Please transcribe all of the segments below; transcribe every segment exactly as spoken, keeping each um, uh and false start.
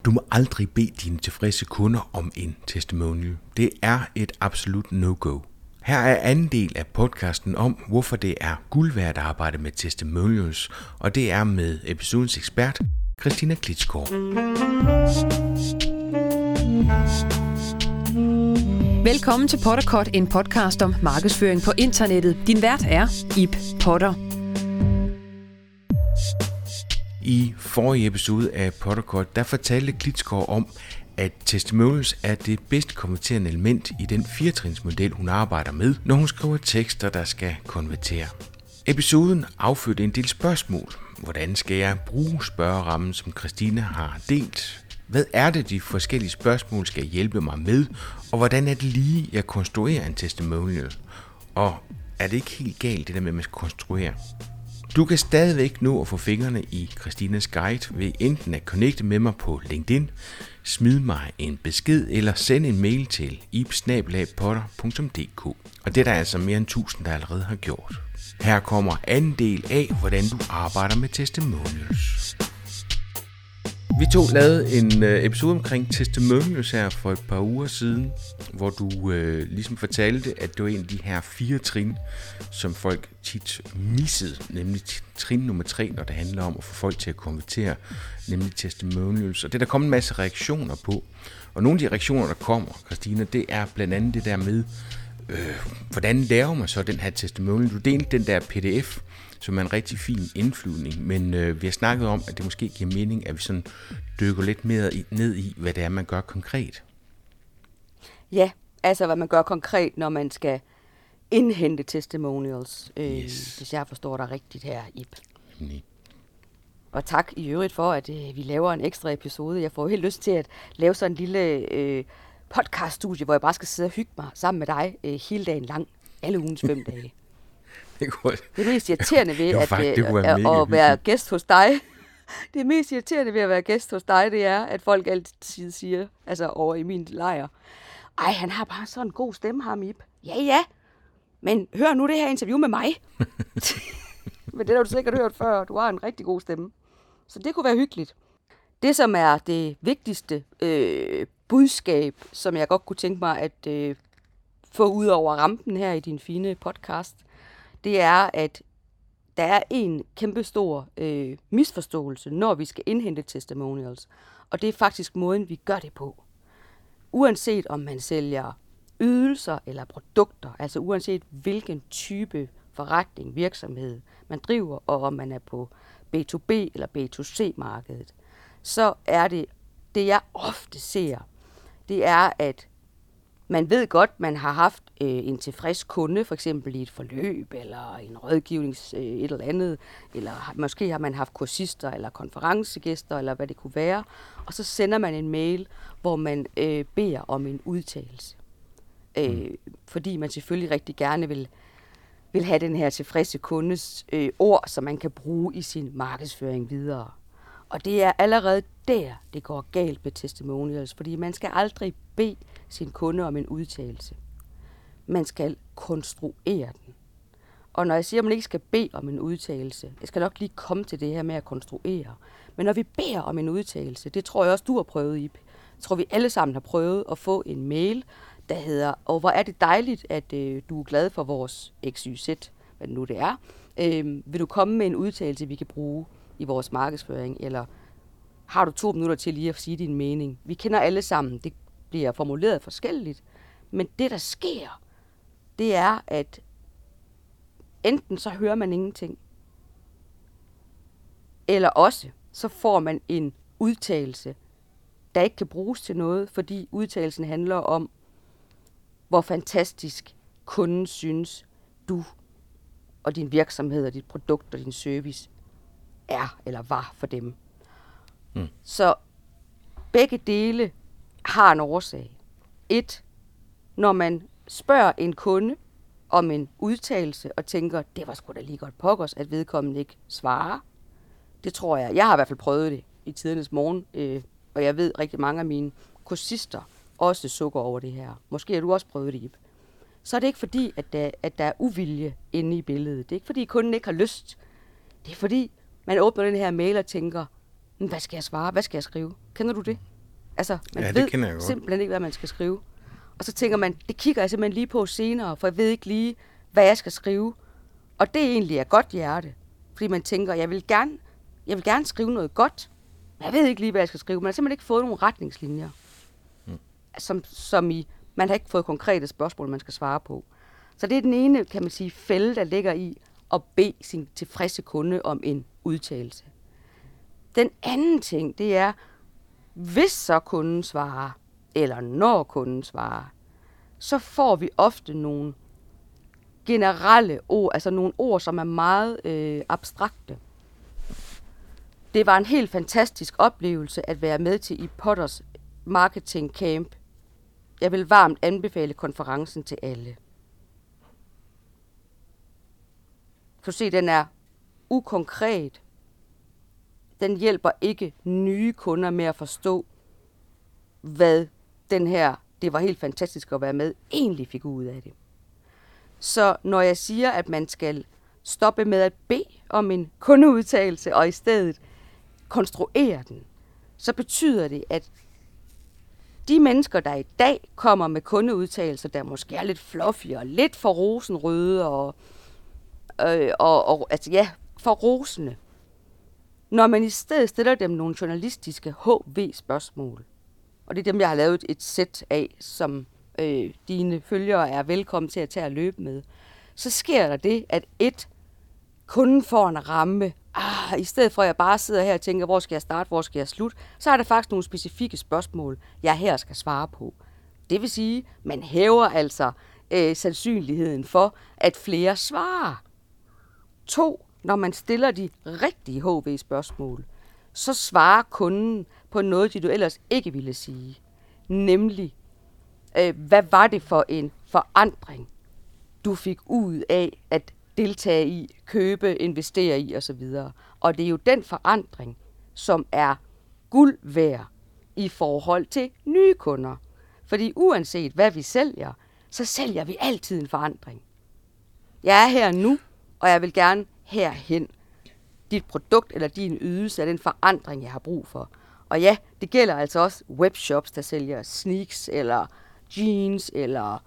Du må aldrig bede dine tilfredse kunder om en testimonial. Det er et absolut no-go. Her er anden del af podcasten om, hvorfor det er guld værd at arbejde med testimonials, og det er med episodens ekspert, Christina Klitsgaard. Velkommen til Potterkort, en podcast om markedsføring på internettet. Din vært er Ib Potter. I forrige episode af Potterkort, der fortalte Klitsgaard om, at testimonials er det bedst konverterende element i den firetrinsmodel, hun arbejder med, når hun skriver tekster, der skal konvertere. Episoden affødte en del spørgsmål. Hvordan skal jeg bruge spørgerammen, som Christina har delt? Hvad er det, de forskellige spørgsmål skal hjælpe mig med? Og hvordan er det lige, jeg konstruerer en testimonial? Og er det ikke helt galt, det der med, at man skal konstruere? Du kan stadigvæk nå at få fingrene i Christinas guide ved enten at connecte med mig på LinkedIn, smide mig en besked eller sende en mail til ib bindestreg potter punktum d k. Og det er der altså mere end tusind, der allerede har gjort. Her kommer anden del af, hvordan du arbejder med testimonials. Vi to lavede en episode omkring testimonials her for et par uger siden, hvor du øh, ligesom fortalte, at det var en af de her fire trin, som folk tit missede, nemlig trin nummer tre, når det handler om at få folk til at konvertere, nemlig testimonials. Og det der kom en masse reaktioner på, og nogle af de reaktioner, der kommer, Christina, det er blandt andet det der med, øh, hvordan laver man så den her testimonial? Du delte den der P D F, som er en rigtig fin indflyvning, men øh, vi har snakket om, at det måske giver mening, at vi sådan dykker lidt mere i, ned i, hvad det er, man gør konkret. Ja, altså hvad man gør konkret, når man skal indhente testimonials, øh, yes. Hvis jeg forstår dig rigtigt her, Ib. Nej. Og tak i øvrigt for, at øh, vi laver en ekstra episode. Jeg får helt lyst til at lave sådan en lille øh, podcaststudie, hvor jeg bare skal sidde og hygge mig sammen med dig øh, hele dagen lang, alle ugens fem dage. Det, kunne... det mest irriterende ved jo, at, faktisk, at, at, at være gæst hos dig, det mest irriterende ved at være gæst hos dig, det er, at folk altid siger, altså over i min lejr, ej, han har bare sådan en god stemme, ham Ib. Ja, ja, men hør nu det her interview med mig. Men det har du sikkert hørt før, du har en rigtig god stemme. Så det kunne være hyggeligt. Det, som er det vigtigste øh, budskab, som jeg godt kunne tænke mig at øh, få ud over rampen her i din fine podcast, det er, at der er en kæmpestor øh, misforståelse, når vi skal indhente testimonials. Og det er faktisk måden, vi gør det på. Uanset om man sælger ydelser eller produkter, altså uanset hvilken type forretning, virksomhed man driver, og om man er på B to B eller B to C-markedet, så er det, det jeg ofte ser, det er, at man ved godt, man har haft øh, en tilfreds kunde, for eksempel i et forløb, eller en rådgivnings øh, et eller andet, eller måske har man haft kursister, eller konferencegæster, eller hvad det kunne være, og så sender man en mail, hvor man øh, beder om en udtalelse. Øh, fordi man selvfølgelig rigtig gerne vil, vil have den her tilfredse kundes øh, ord, som man kan bruge i sin markedsføring videre. Og det er allerede der, det går galt med testimonials, fordi man skal aldrig bede sin kunde om en udtalelse. Man skal konstruere den. Og når jeg siger, at man ikke skal bede om en udtalelse, jeg skal nok lige komme til det her med at konstruere, men når vi beder om en udtalelse, det tror jeg også, du har prøvet, Ib. Jeg tror, vi alle sammen har prøvet at få en mail, der hedder, og hvor er det dejligt, at øh, du er glad for vores X Y Z, hvad nu det er. Øh, vil du komme med en udtalelse, vi kan bruge i vores markedsføring, eller har du to minutter til lige at sige din mening? Vi kender alle sammen, det bliver formuleret forskelligt, men det, der sker, det er, at enten så hører man ingenting, eller også så får man en udtalelse, der ikke kan bruges til noget, fordi udtalelsen handler om, hvor fantastisk kunden synes, du og din virksomhed og dit produkt og din service er eller var for dem. Mm. Så begge dele har en årsag. Et, når man spørger en kunde om en udtalelse og tænker, det var sgu da lige godt pokkers, at vedkommende ikke svarer. Det tror jeg. Jeg har i hvert fald prøvet det i tidernes morgen, øh, og jeg ved rigtig mange af mine kursister også sukker over det her. Måske har du også prøvet det, Ib. Så er det ikke fordi, at der, at der er uvilje inde i billedet. Det er ikke fordi, kunden ikke har lyst. Det er fordi, man åbner den her mail og tænker, hvad skal jeg svare? Hvad skal jeg skrive? Kender du det? Altså, man ja, ved simpelthen ikke, hvad man skal skrive. Og så tænker man, det kigger jeg simpelthen lige på senere, for jeg ved ikke lige, hvad jeg skal skrive. Og det er egentlig af godt hjerte. Fordi man tænker, jeg vil gerne, jeg vil gerne skrive noget godt, men jeg ved ikke lige, hvad jeg skal skrive. Man har simpelthen ikke fået nogle retningslinjer. Mm. Som, som i, man har ikke fået konkrete spørgsmål, man skal svare på. Så det er den ene, kan man sige, fælde, der ligger i at bede sin tilfredse kunde om en udtalelse. Den anden ting, det er, hvis så kunden svarer, eller når kunden svarer, så får vi ofte nogle generelle ord, altså nogle ord, som er meget øh, abstrakte. Det var en helt fantastisk oplevelse at være med til i Potters Marketing Camp. Jeg vil varmt anbefale konferencen til alle. Kan du se, den er ukonkret. Den hjælper ikke nye kunder med at forstå, hvad den her, det var helt fantastisk at være med, egentlig fik ud af det. Så når jeg siger, at man skal stoppe med at bede om en kundeudtalelse, og i stedet konstruere den, så betyder det, at de mennesker, der i dag kommer med kundeudtalelser, der måske er lidt fluffy og lidt for rosenrøde, og, øh, og, og altså ja, for rosende, når man i stedet stiller dem nogle journalistiske H V-spørgsmål, og det er dem, jeg har lavet et sæt af, som øh, dine følgere er velkommen til at tage og løbe med, så sker der det, at et, kunden får en ramme. Ah, i stedet for at jeg bare sidder her og tænker, hvor skal jeg starte, hvor skal jeg slutte, så er der faktisk nogle specifikke spørgsmål, jeg her skal svare på. Det vil sige, man hæver altså øh, sandsynligheden for, at flere svarer. To, når man stiller de rigtige H V-spørgsmål, så svarer kunden på noget, de du ellers ikke ville sige. Nemlig, øh, hvad var det for en forandring, du fik ud af at deltage i, købe, investere i osv. Og det er jo den forandring, som er guld værd i forhold til nye kunder. Fordi uanset hvad vi sælger, så sælger vi altid en forandring. Jeg er her nu, og jeg vil gerne herhen. Dit produkt eller din ydelse er den forandring, jeg har brug for. Og ja, det gælder altså også webshops, der sælger sneaks eller jeans eller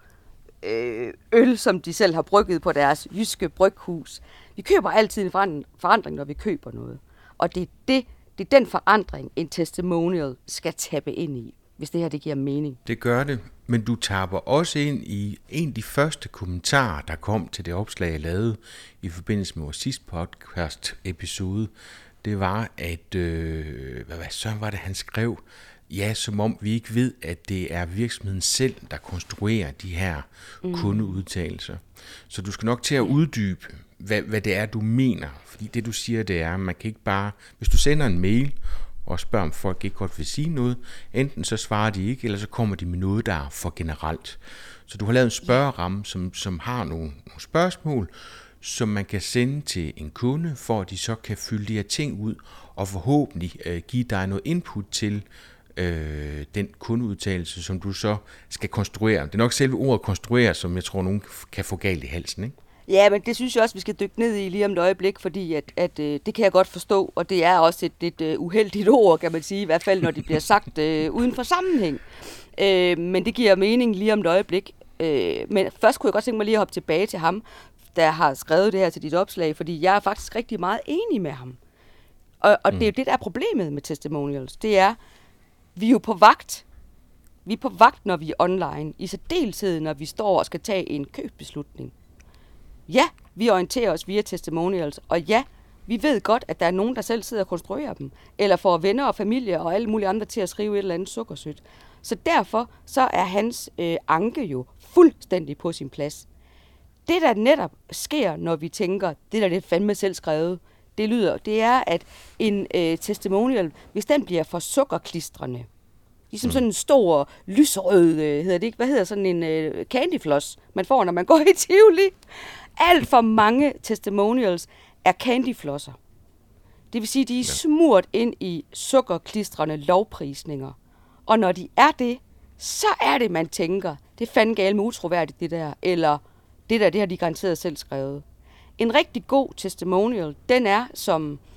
øh, øl, som de selv har brygget på deres jyske bryghus. Vi køber altid en forandring, når vi køber noget. Og det er, det, det er den forandring, en testimonial skal tappe ind i, hvis det her det giver mening. Det gør det, men du tapper også ind i en af de første kommentarer, der kom til det opslag, jeg lavede i forbindelse med vores sidste podcast-episode. Det var, at, øh, hvad så var det, han skrev? Ja, som om vi ikke ved, at det er virksomheden selv, der konstruerer de her mm. kundeudtalelser. Så du skal nok til at uddybe, hvad, hvad det er, du mener. Fordi det, du siger, det er, at man kan ikke bare... Hvis du sender en mail og spørger, om folk ikke godt vil sige noget, enten så svarer de ikke, eller så kommer de med noget, der er for generelt. Så du har lavet en spørgeramme, som, som har nogle, nogle spørgsmål, som man kan sende til en kunde, for at de så kan fylde de her ting ud, og forhåbentlig øh, give dig noget input til øh, den kundeudtalelse, som du så skal konstruere. Det er nok selve ordet konstruere, som jeg tror, nogen kan få galt i halsen, ikke? Ja, men det synes jeg også, vi skal dykke ned i lige om et øjeblik, fordi at, at, øh, det kan jeg godt forstå, og det er også et lidt øh, uheldigt ord, kan man sige, i hvert fald når det bliver sagt øh, uden for sammenhæng. Øh, men det giver mening lige om et øjeblik. Øh, men først kunne jeg godt tænke mig lige at hoppe tilbage til ham, der har skrevet det her til dit opslag, fordi jeg er faktisk rigtig meget enig med ham. Og, og mm. det er jo det, der er problemet med testimonials. Det er, vi er jo på vagt. Vi er på vagt, når vi er online. I særdeleshed, når vi står og skal tage en købsbeslutning. Ja, vi orienterer os via testimonials, og ja, vi ved godt, at der er nogen, der selv sidder og konstruerer dem, eller får venner og familie og alle mulige andre til at skrive et eller andet sukkersødt. Så derfor så er hans øh, anke jo fuldstændig på sin plads. Det, der netop sker, når vi tænker, det der det er fandme selv skrevet, det lyder, det er, at en øh, testimonial, hvis den bliver for sukkerklistrende, ligesom mm. sådan en stor, lyserød, øh, hedder det ikke, hvad hedder sådan en øh, candyfloss, man får, når man går i Tivoli. Alt for mange testimonials er candyflosser. Det vil sige, de er smurt ind i sukkerklistrende lovprisninger. Og når de er det, så er det, man tænker, det er fandme galt med utroværdigt, det der, eller det der, det har de garanteret selv skrevet. En rigtig god testimonial, den er som,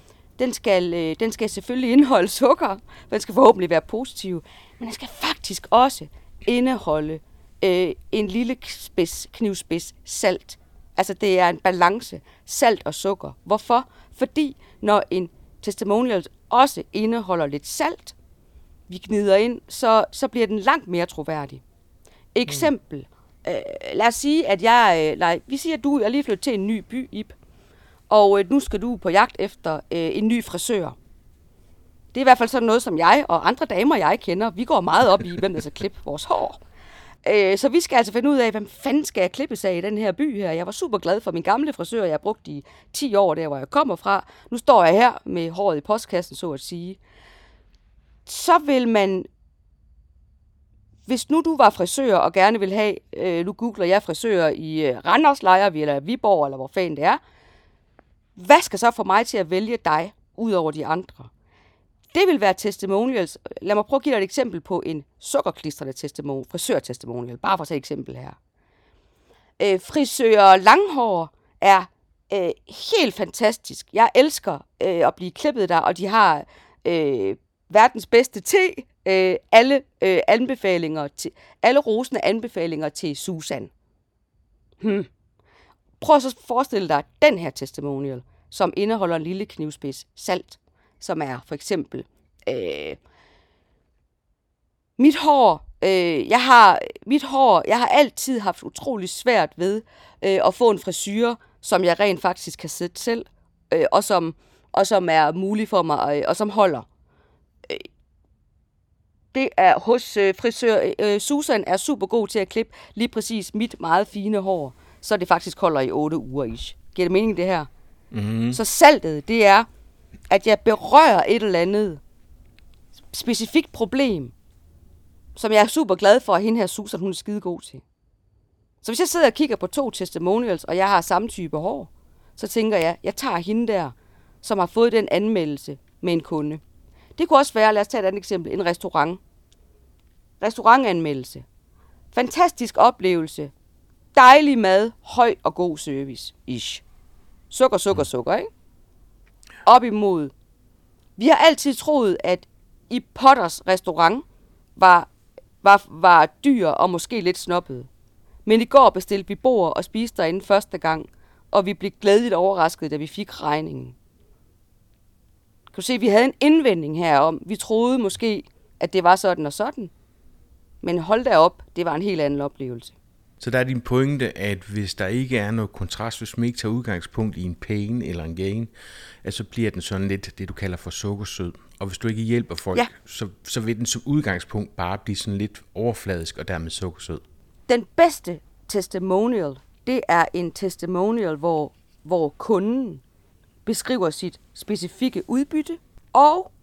den skal, øh, den skal selvfølgelig indeholde sukker, den skal forhåbentlig være positiv, men den skal faktisk også indeholde øh, en lille spids, knivspids salt. Altså det er en balance, salt og sukker. Hvorfor? Fordi når en testimonial også indeholder lidt salt, vi gnider ind, så, så bliver den langt mere troværdig. Eksempel. Mm. Øh, lad os sige, at jeg... Øh, nej, vi siger, at du er lige flyttet til en ny by, Ib, og øh, nu skal du på jagt efter øh, en ny frisør. Det er i hvert fald sådan noget, som jeg og andre damer, jeg kender, vi går meget op i, hvem der skal klippe vores hår. Øh, så vi skal altså finde ud af, hvem fanden skal jeg klippes af i den her by her. Jeg var super glad for min gamle frisør, jeg har brugt i ti år, der hvor jeg kommer fra. Nu står jeg her med håret i postkassen, så at sige. Så vil man, hvis nu du var frisør og gerne vil have, øh, nu googler jeg frisører i øh, Randers, Lejrvig eller Viborg, eller hvor fanden det er. Hvad skal så få mig til at vælge dig, ud over de andre? Det vil være testimonials. Lad mig prøve at give dig et eksempel på en sukkerklistrende testimonial, frisør-testimonial, bare for at tage et eksempel her. Øh, frisører langhår er øh, helt fantastisk. Jeg elsker øh, at blive klippet der, og de har øh, verdens bedste te. Øh, alle øh, anbefalinger til, alle rosende anbefalinger til Susan. Hmm. Prøv så at forestille dig den her testimonial, som indeholder en lille knivspids salt, som er for eksempel øh, mit hår. Øh, jeg har mit hår. Jeg har altid haft utrolig svært ved øh, at få en frisyre, som jeg rent faktisk kan sætte selv, øh, og som og som er mulig for mig øh, og som holder. Øh, det er hos øh, frisør øh, Susan er super god til at klippe lige præcis mit meget fine hår, så det faktisk holder i otte uger ish. Giver det mening det her? Mm-hmm. Så saltet, det er, at jeg berører et eller andet specifikt problem, som jeg er super glad for, at hende her Susan, hun er skide god til. Så hvis jeg sidder og kigger på to testimonials, og jeg har samme type hår, så tænker jeg, jeg tager hende der, som har fået den anmeldelse med en kunde. Det kunne også være, lad os tage et andet eksempel, en restaurant. Restaurantanmeldelse. Fantastisk oplevelse. Dejlig mad, høj og god service. Ish. Sukker, sukker, sukker, ikke? Op imod. Vi har altid troet, at i Potters restaurant var, var, var dyr og måske lidt snobbet. Men i går bestilte vi bord og spiste derinde første gang, og vi blev glædeligt overrasket, da vi fik regningen. Kan du se, vi havde en indvending herom. Vi troede måske, at det var sådan og sådan. Men hold da op, det var en helt anden oplevelse. Så der er din pointe, at hvis der ikke er noget kontrast, hvis man ikke tager udgangspunkt i en pain eller en gain, at så bliver den sådan lidt det, du kalder for sukkersød. Og hvis du ikke hjælper folk, ja. så, så vil den som udgangspunkt bare blive sådan lidt overfladisk og dermed sukkersød. Den bedste testimonial, det er en testimonial, hvor, hvor kunden beskriver sit specifikke udbytte og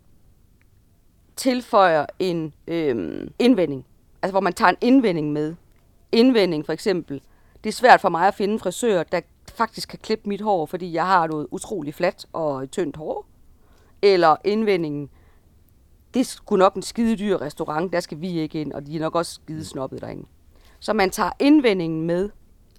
tilføjer en øhm, indvending. Altså hvor man tager en indvending med. Indvending for eksempel. Det er svært for mig at finde en frisør, der faktisk kan klippe mit hår, fordi jeg har noget utroligt fladt og tyndt hår. Eller indvendingen. Det er sgu nok en skide dyr restaurant, der skal vi ikke ind, og de er nok også skide snobbet derinde. Så man tager indvendingen med,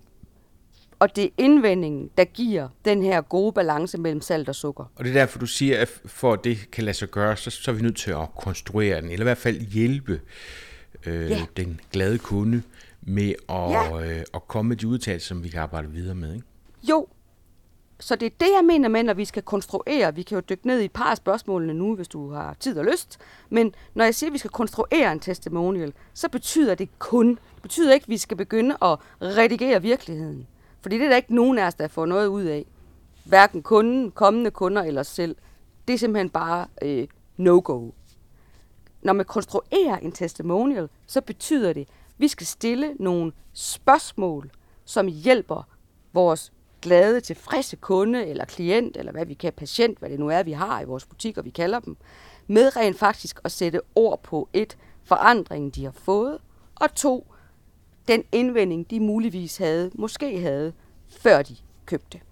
og det er indvendingen, der giver den her gode balance mellem salt og sukker. Og det er derfor, du siger, at for at det kan lade sig gøre, så, så er vi nødt til at konstruere den, eller i hvert fald hjælpe øh, ja. den glade kunde med at, ja. øh, at komme med de udtalelser, som vi kan arbejde videre med, ikke? Jo, så det er det, jeg mener med, når vi skal konstruere. Vi kan jo dykke ned i et par af spørgsmålene nu, hvis du har tid og lyst. Men når jeg siger, at vi skal konstruere en testimonial, så betyder det kun. Det betyder ikke, at vi skal begynde at redigere virkeligheden. Fordi det er der ikke nogen af os, der får noget ud af. Hverken kunden, kommende kunder eller os selv. Det er simpelthen bare øh, no-go. Når man konstruerer en testimonial, så betyder det, at vi skal stille nogle spørgsmål, som hjælper vores glade, tilfredse kunde eller klient, eller hvad vi kan, patient, hvad det nu er, vi har i vores butikker, vi kalder dem, med rent faktisk at sætte ord på et, forandringen, de har fået, og to, den indvending, de muligvis havde, måske havde, før de købte.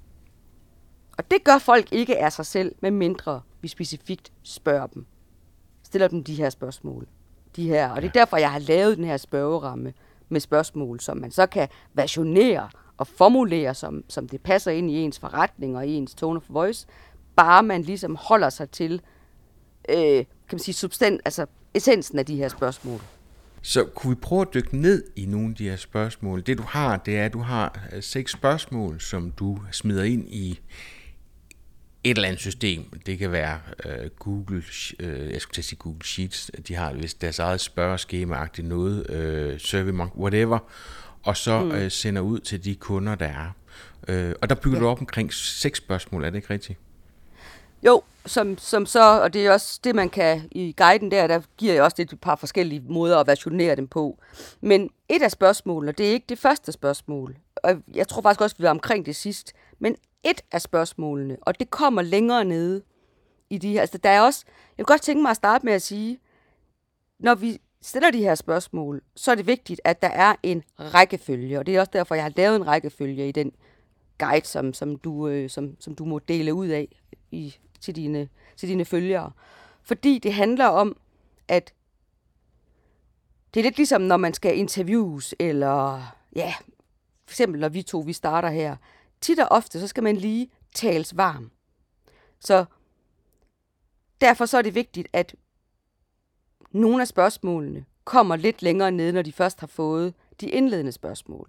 Og det gør folk ikke af sig selv, medmindre vi specifikt spørger dem. Stiller dem de her spørgsmål. De her, og det er derfor, jeg har lavet den her spørgeramme med spørgsmål, som man så kan versionere og formulere, som, som det passer ind i ens forretning og i ens tone of voice. bare man ligesom holder sig til, øh, kan man sige, substans, altså essensen af de her spørgsmål. Så kunne vi prøve at dykke ned i nogle af de her spørgsmål? Det du har, det er, at du har seks spørgsmål, som du smider ind i et eller andet system. Det kan være uh, Google, uh, jeg skulle til at sige Google Sheets, de har vist deres eget spørgeskema-agtigt noget, uh, SurveyMonkey, whatever, og så mm. uh, sender ud til de kunder, der er. Uh, og der bygger ja. du op omkring seks spørgsmål, er det ikke rigtigt? Jo, som, som så, og det er også det, man kan i guiden der, der giver jeg også et par forskellige måder at versionere dem på. Men et af spørgsmålene, det er ikke det første spørgsmål, og jeg tror faktisk også, at vi var omkring det sidst, men et af spørgsmålene, og det kommer længere nede i de her, altså der er også, jeg vil godt tænke mig at starte med at sige, når vi stiller de her spørgsmål, så er det vigtigt, at der er en rækkefølge, og det er også derfor, jeg har lavet en rækkefølge i den guide, som, som, du, øh, som, som du må dele ud af i, til, dine, til dine følgere. Fordi det handler om, at det er lidt ligesom, når man skal interviews, eller ja, for eksempel når vi to vi starter her, tit og ofte, så skal man lige tales varm. Så derfor så er det vigtigt, at nogle af spørgsmålene kommer lidt længere ned, når de først har fået de indledende spørgsmål.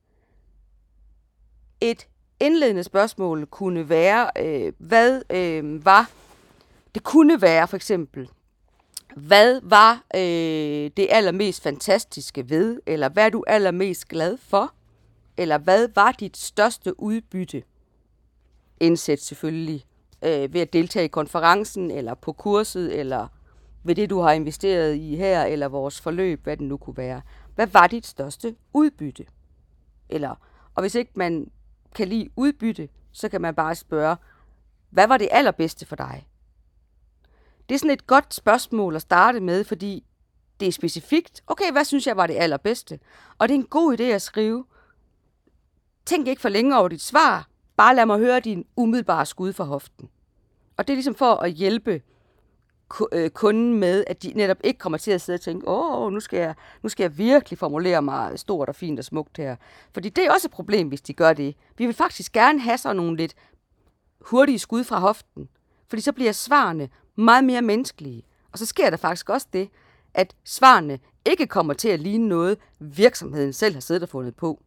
Et indledende spørgsmål kunne være, øh, hvad øh, var, det kunne være for eksempel, hvad var øh, det allermest fantastiske ved, eller hvad er du allermest glad for, eller hvad var dit største udbytte? Indsæt selvfølgelig øh, ved at deltage i konferencen, eller på kurset, eller ved det, du har investeret i her, eller vores forløb, hvad det nu kunne være. Hvad var dit største udbytte? Eller, og hvis ikke man kan lide udbytte, så kan man bare spørge, hvad var det allerbedste for dig? Det er sådan et godt spørgsmål at starte med, fordi det er specifikt. Okay, hvad synes jeg var det allerbedste? Og det er en god idé at skrive. Tænk ikke for længe over dit svar. Bare lad mig høre din umiddelbare skud fra hoften. Og det er ligesom for at hjælpe kunden med, at de netop ikke kommer til at sidde og tænke, åh, nu skal jeg, nu skal jeg virkelig formulere mig stort og fint og smukt her. Fordi det er også et problem, hvis de gør det. Vi vil faktisk gerne have sådan nogle lidt hurtige skud fra hoften, fordi så bliver svarene meget mere menneskelige. Og så sker der faktisk også det, at svarene ikke kommer til at ligne noget, virksomheden selv har siddet og fundet på.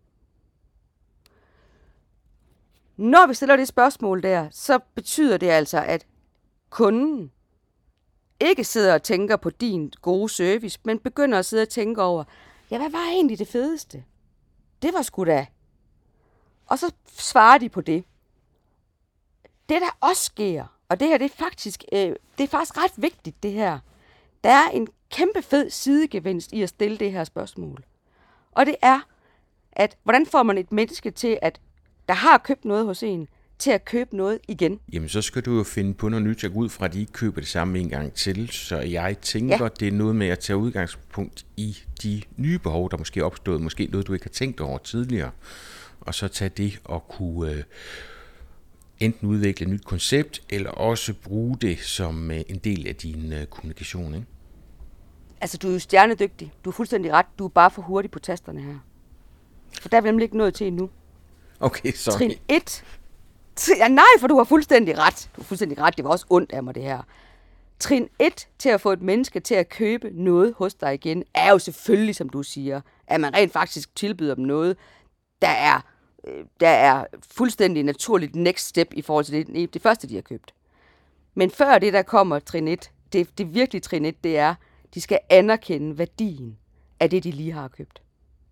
Når vi stiller det spørgsmål der, så betyder det altså, at kunden ikke sidder og tænker på din gode service, men begynder at sidde og tænke over, ja, hvad var egentlig det fedeste? Det var sgu da. Og så svarer de på det. Det, der også sker, og det her, det er faktisk, øh, det er faktisk ret vigtigt, det her. Der er en kæmpe fed sidegevinst i at stille det her spørgsmål. Og det er, at hvordan får man et menneske til, at der har købt noget hos en, til at købe noget igen? Jamen, så skal du jo finde på noget nyt. Jeg går ud fra, at de ikke køber det samme en gang til. Så jeg tænker, ja. det er noget med at tage udgangspunkt i de nye behov, der måske er opstået. Måske noget, du ikke har tænkt over tidligere. Og så tage det og kunne øh, enten udvikle et nyt koncept, eller også bruge det som øh, en del af din øh, kommunikation, ikke? Altså, du er jo stjernedygtig. Du er fuldstændig ret. Du er bare for hurtig på tasterne her. For der er vi nemlig ikke nået til endnu. Okay, sorry. Trin et. Ja, nej, for du har fuldstændig ret. Du har fuldstændig ret. Det var også ondt af mig, det her. Trin et til at få et menneske til at købe noget hos dig igen, er jo selvfølgelig, som du siger, at man rent faktisk tilbyder dem noget, der er, der er fuldstændig naturligt next step i forhold til det, det første, de har købt. Men før det, der kommer trin et, det, det virkelig trin et, det er, de skal anerkende værdien af det, de lige har købt.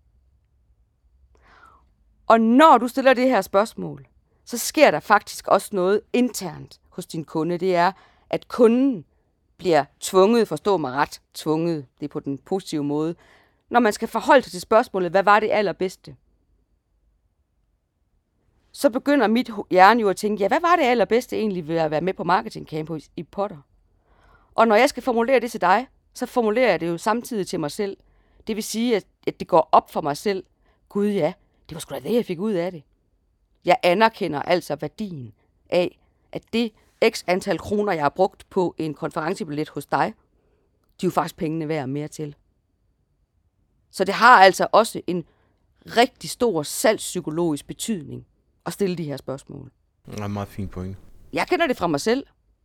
Og når du stiller det her spørgsmål, så sker der faktisk også noget internt hos din kunde. Det er, at kunden bliver tvunget, forstå mig ret, tvunget, det er på den positive måde, når man skal forholde sig til spørgsmålet, hvad var det allerbedste? Så begynder mit hjerne jo at tænke, ja, hvad var det allerbedste egentlig ved at være med på Marketing Campus i Potter? Og når jeg skal formulere det til dig, så formulerer jeg det jo samtidig til mig selv. Det vil sige, at det går op for mig selv. Gud ja, det var sgu da det, jeg fik ud af det. Jeg anerkender altså værdien af, at det x antal kroner, jeg har brugt på en konferencebillet hos dig, de er jo faktisk pengene værd mere til. Så det har altså også en rigtig stor salgspsykologisk betydning at stille de her spørgsmål. Det er en meget fin point. jeg kender det fra mig selv.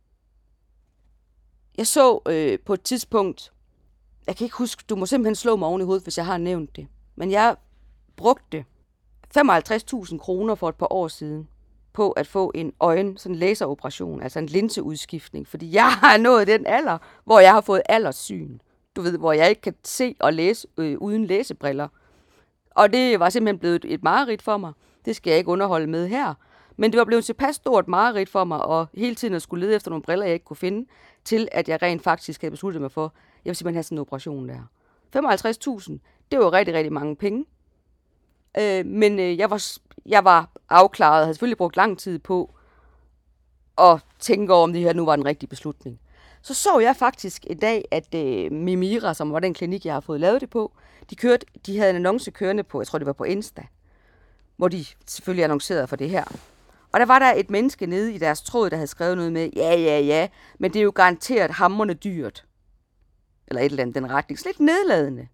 Jeg så øh, på et tidspunkt, jeg kan ikke huske, du må simpelthen slå mig oven i hovedet, hvis jeg har nævnt det, men jeg brugte femoghalvtreds tusind kroner for et par år siden på at få en øjen, sådan en laseroperation, altså en linseudskiftning, fordi jeg har nået den alder, hvor jeg har fået alderssyn. Du ved, hvor jeg ikke kan se og læse øh, uden læsebriller. Og det var simpelthen blevet et mareridt for mig. Det skal jeg ikke underholde med her. Men det var blevet tilpas stort mareridt for mig, og hele tiden at skulle lede efter nogle briller, jeg ikke kunne finde, til at jeg rent faktisk havde besluttet mig for, jeg vil simpelthen have sådan en operation der. femoghalvtreds tusind, det var rigtig, rigtig mange penge. Øh, men øh, jeg, var, jeg var afklaret, og havde selvfølgelig brugt lang tid på at tænke over, om det her nu var en rigtig beslutning. Så så jeg faktisk i dag, at øh, Mimira, som var den klinik, jeg har fået lavet det på, de, kørte, de havde en annonce kørende på, jeg tror det var på Insta, hvor de selvfølgelig annoncerede for det her. Og der var der et menneske nede i deres tråd, der havde skrevet noget med, ja, ja, ja, men det er jo garanteret hamrende dyrt. Eller et eller andet den retning. Så lidt nedladende.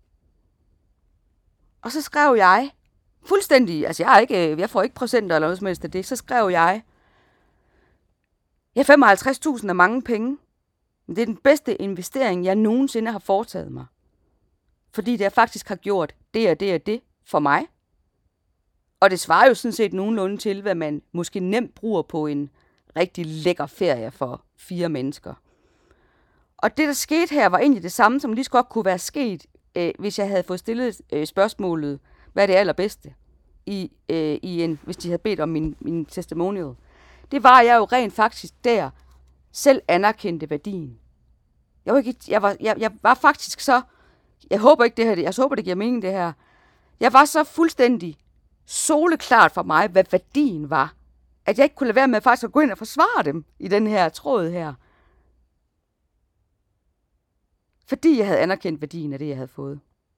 Og så skrev jeg, fuldstændig, altså jeg, er ikke, jeg får ikke procenter eller noget som helst af det, så skrev jeg, ja, femoghalvtreds tusind er mange penge, men det er den bedste investering, jeg nogensinde har foretaget mig. Fordi det faktisk har gjort det og det og det for mig. Og det svarer jo sådan set nogenlunde til, hvad man måske nemt bruger på en rigtig lækker ferie for fire mennesker. Og det, der skete her, var egentlig det samme, som lige så godt kunne være sket, øh, hvis jeg havde fået stillet øh, spørgsmålet, hvad er det allerbedste, i, øh, i en, hvis de havde bedt om min, min testimonial. Det var, jeg jo rent faktisk der selv anerkendte værdien. Jeg var, ikke, jeg var, jeg, jeg var faktisk så, jeg håber ikke det her, jeg håber det giver mening det her, jeg var så fuldstændig soleklart for mig, hvad værdien var, at jeg ikke kunne lade være med faktisk at gå ind og forsvare dem i den her tråd her. Fordi jeg havde anerkendt værdien af det, jeg havde fået.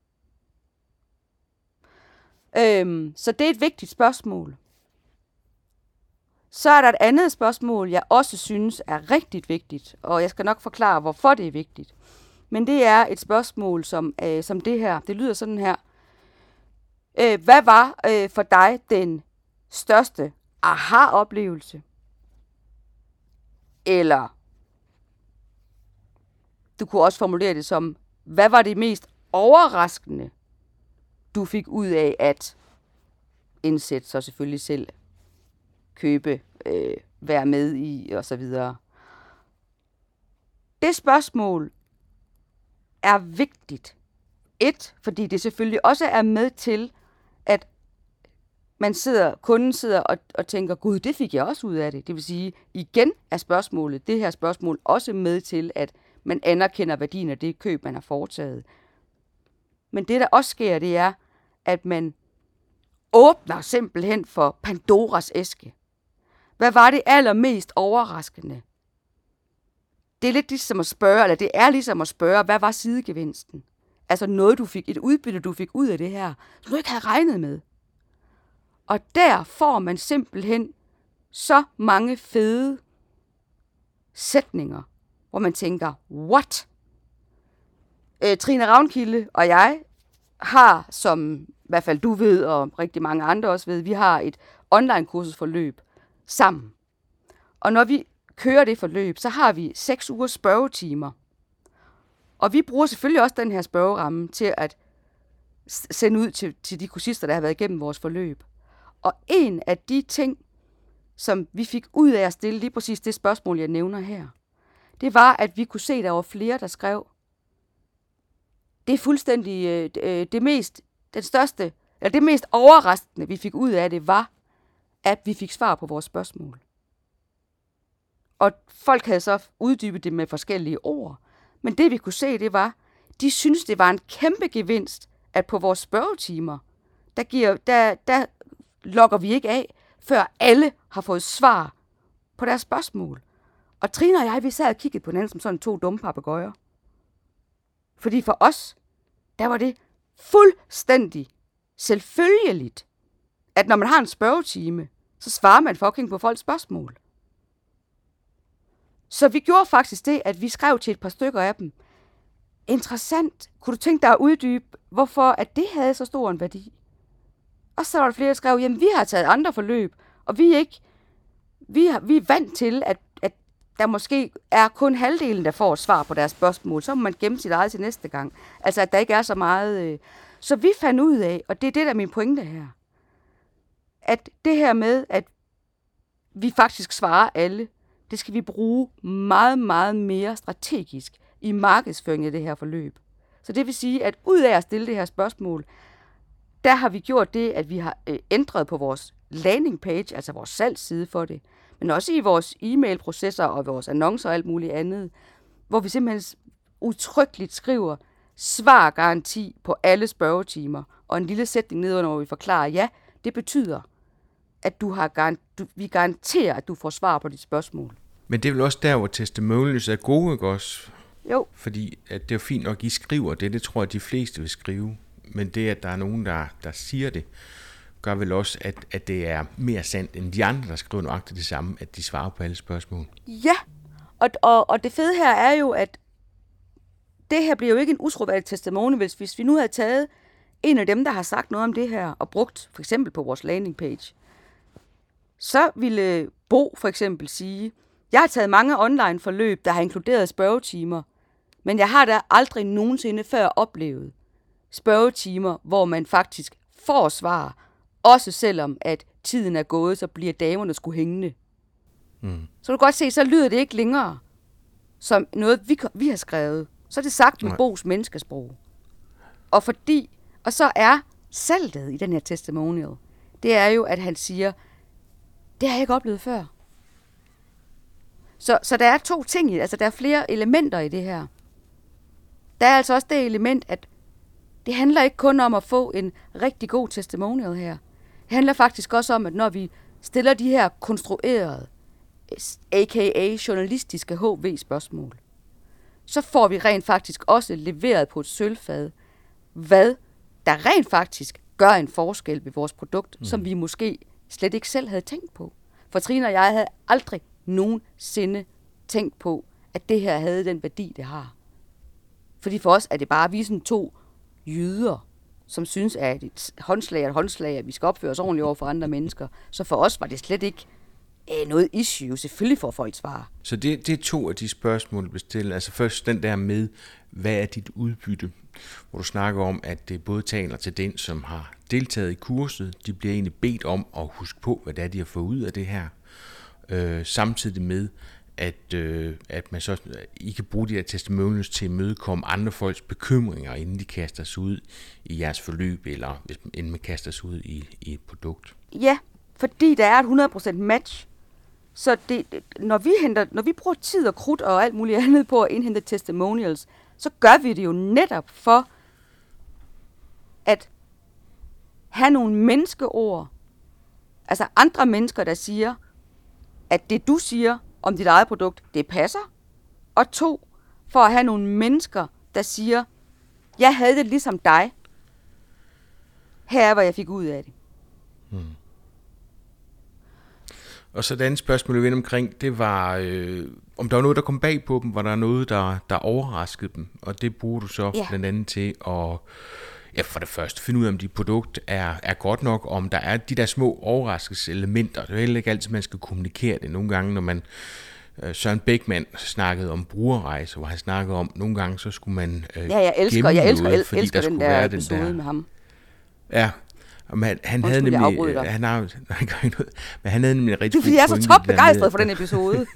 Øhm, så det er et vigtigt spørgsmål. Så er der et andet spørgsmål, jeg også synes er rigtig vigtigt, og jeg skal nok forklare, hvorfor det er vigtigt. Men det er et spørgsmål som, øh, som det her. Det lyder sådan her. Øh, hvad var øh, for dig den største aha-oplevelse? Eller du kunne også formulere det som, hvad var det mest overraskende, du fik ud af at indsætte sig selvfølgelig selv, købe, øh, være med i osv. Det spørgsmål er vigtigt. Et, fordi det selvfølgelig også er med til, at man sidder, kunden sidder og, og tænker, gud, det fik jeg også ud af det. Det vil sige, igen er spørgsmålet, det her spørgsmål også med til, at man anerkender værdien af det køb, man har foretaget. Men det, der også sker, det er, at man åbner simpelthen for Pandoras æske. Hvad var det allermest overraskende? Det er lidt ligesom at spørge, eller det er ligesom at spørge, hvad var sidegevinsten? Altså noget, du fik, et udbytte, du fik ud af det her, som du ikke havde regnet med. Og der får man simpelthen så mange fede sætninger, hvor man tænker, what? Øh, Trine Ravnkilde og jeg har, som i hvert fald du ved, og rigtig mange andre også ved, vi har et online-kursusforløb sammen. Og når vi kører det forløb, så har vi seks ugers spørgetimer. Og vi bruger selvfølgelig også den her spørgeramme til at sende ud til, til de kursister, der har været igennem vores forløb. Og en af de ting, som vi fik ud af at stille lige præcis det spørgsmål, jeg nævner her, det var, at vi kunne se, at der var flere, der skrev, det er fuldstændig øh, det mest, den største, eller det mest overraskende, vi fik ud af det, var, at vi fik svar på vores spørgsmål. Og folk havde så uddybet det med forskellige ord. Men det vi kunne se, det var, de synes det var en kæmpe gevinst, at på vores spørgetimer, der, giver, der, der logger vi ikke af, før alle har fået svar på deres spørgsmål. Og Trine og jeg, vi sad og kiggede på hinanden som sådan to dumme papegøjer. Fordi for os, der var det fuldstændig selvfølgeligt, at når man har en spørgetime, så svarer man fucking på folks spørgsmål. Så vi gjorde faktisk det, at vi skrev til et par stykker af dem. Interessant. Kunne du tænke dig at uddybe, hvorfor at det havde så stor en værdi? Og så var der flere, der skrev, jamen vi har taget andre forløb, og vi er ikke, vi, har, vi er vant til, at, at der måske er kun halvdelen, der får svar på deres spørgsmål. Så må man gemme sit eget til næste gang. Altså, at der ikke er så meget... Øh. Så vi fandt ud af, og det er det, der er min pointe her, at det her med, at vi faktisk svarer alle, det skal vi bruge meget, meget mere strategisk i markedsføringen af det her forløb. Så det vil sige, at ud af at stille det her spørgsmål, der har vi gjort det, at vi har øh, ændret på vores landing page, altså vores salgsside for det, men også i vores e-mail-processer og vores annoncer og alt muligt andet, hvor vi simpelthen udtrykkeligt skriver svargaranti på alle spørgetimer, og en lille sætning nedenunder, hvor vi forklarer, ja, det betyder, at du har garant- du, vi garanterer, at du får svar på dit spørgsmål. Men det er vel også der, hvor testimonials er gode, ikke også? Jo. Fordi at det er jo fint nok, at I skriver det, det tror jeg, de fleste vil skrive. Men det, at der er nogen, der, der siger det, gør vel også, at, at det er mere sandt end de andre, der skriver nøjagtigt det samme, at de svarer på alle spørgsmål. Ja, og, og, og det fede her er jo, at det her bliver jo ikke en utroværdig testimonial, hvis, hvis vi nu havde taget en af dem, der har sagt noget om det her, og brugt for eksempel på vores landing page, så ville Bo for eksempel sige, jeg har taget mange online forløb, der har inkluderet spørgetimer, men jeg har da aldrig nogensinde før oplevet spørgetimer, hvor man faktisk får svar, også selvom at tiden er gået, så bliver damerne sgu hængende. Mm. Så du kan godt se, så lyder det ikke længere som noget, vi, vi har skrevet. Så er det sagt med Bo's menneskesprog. Og fordi, og så er salget i den her testimonial, det er jo, at han siger, det har jeg ikke oplevet før. Så, så der er to ting i det, altså der er flere elementer i det her. Der er altså også det element, at det handler ikke kun om at få en rigtig god testimonial her. Det handler faktisk også om, at når vi stiller de her konstruerede, a k a journalistiske H V-spørgsmål, så får vi rent faktisk også leveret på et sølvfad, hvad der rent faktisk gør en forskel ved vores produkt, mm. som vi måske slet ikke selv havde tænkt på. For Trine og jeg havde aldrig nogensinde tænkt på, at det her havde den værdi, det har. Fordi for os er det bare, vi er sådan to jyder, som synes, at et håndslag er et håndslag, at vi skal opføre os ordentligt over for andre mennesker. Så for os var det slet ikke øh, noget issue. Selvfølgelig får folk svar. Så det, det er to af de spørgsmål, du bestiller. Altså først den der med, hvad er dit udbytte? Hvor du snakker om, at det både taler til den, som har deltaget i kurset. De bliver egentlig bedt om at huske på, hvad det er, de har fået ud af det her. Øh, samtidig med, at, øh, at man så, I kan bruge de her testimonials til at imødekomme andre folks bekymringer, inden de kaster sig ud i jeres forløb, eller hvis, inden man kaster sig ud i, i et produkt. Ja, fordi der er et hundrede procent match. Så det, når, vi henter, når vi bruger tid og krudt og alt muligt andet på at indhente testimonials, så gør vi det jo netop for at have nogle menneskeord, altså andre mennesker, der siger, at det du siger om dit eget produkt, det passer. Og to, for at have nogle mennesker, der siger, jeg havde det ligesom dig. Her er, hvad jeg fik ud af det. Hmm. Og så det andet spørgsmål, vi vendte omkring, det var, øh, om der var noget, der kom bag på dem, var der noget, der, der overraskede dem. Og det bruger du så ja. blandt andet til at, ja, for det første, finde ud af, om dit produkt er, er godt nok, om der er de der små overraskelseselementer. Det er heller ikke altid, man skal kommunikere det. Nogle gange, når man, øh, Søren Beckmann snakkede om brugerrejser, hvor han snakkede om, nogle gange, så skulle man øh, ja, jeg elsker, gemme jeg elsker, noget, el- fordi elsker der den skulle der være episode den der med ham. Ja, men han havde nemlig, han har, nej, noget, men han havde nemlig en rigtig god pointe. Jeg er så topbegejstret for den episode.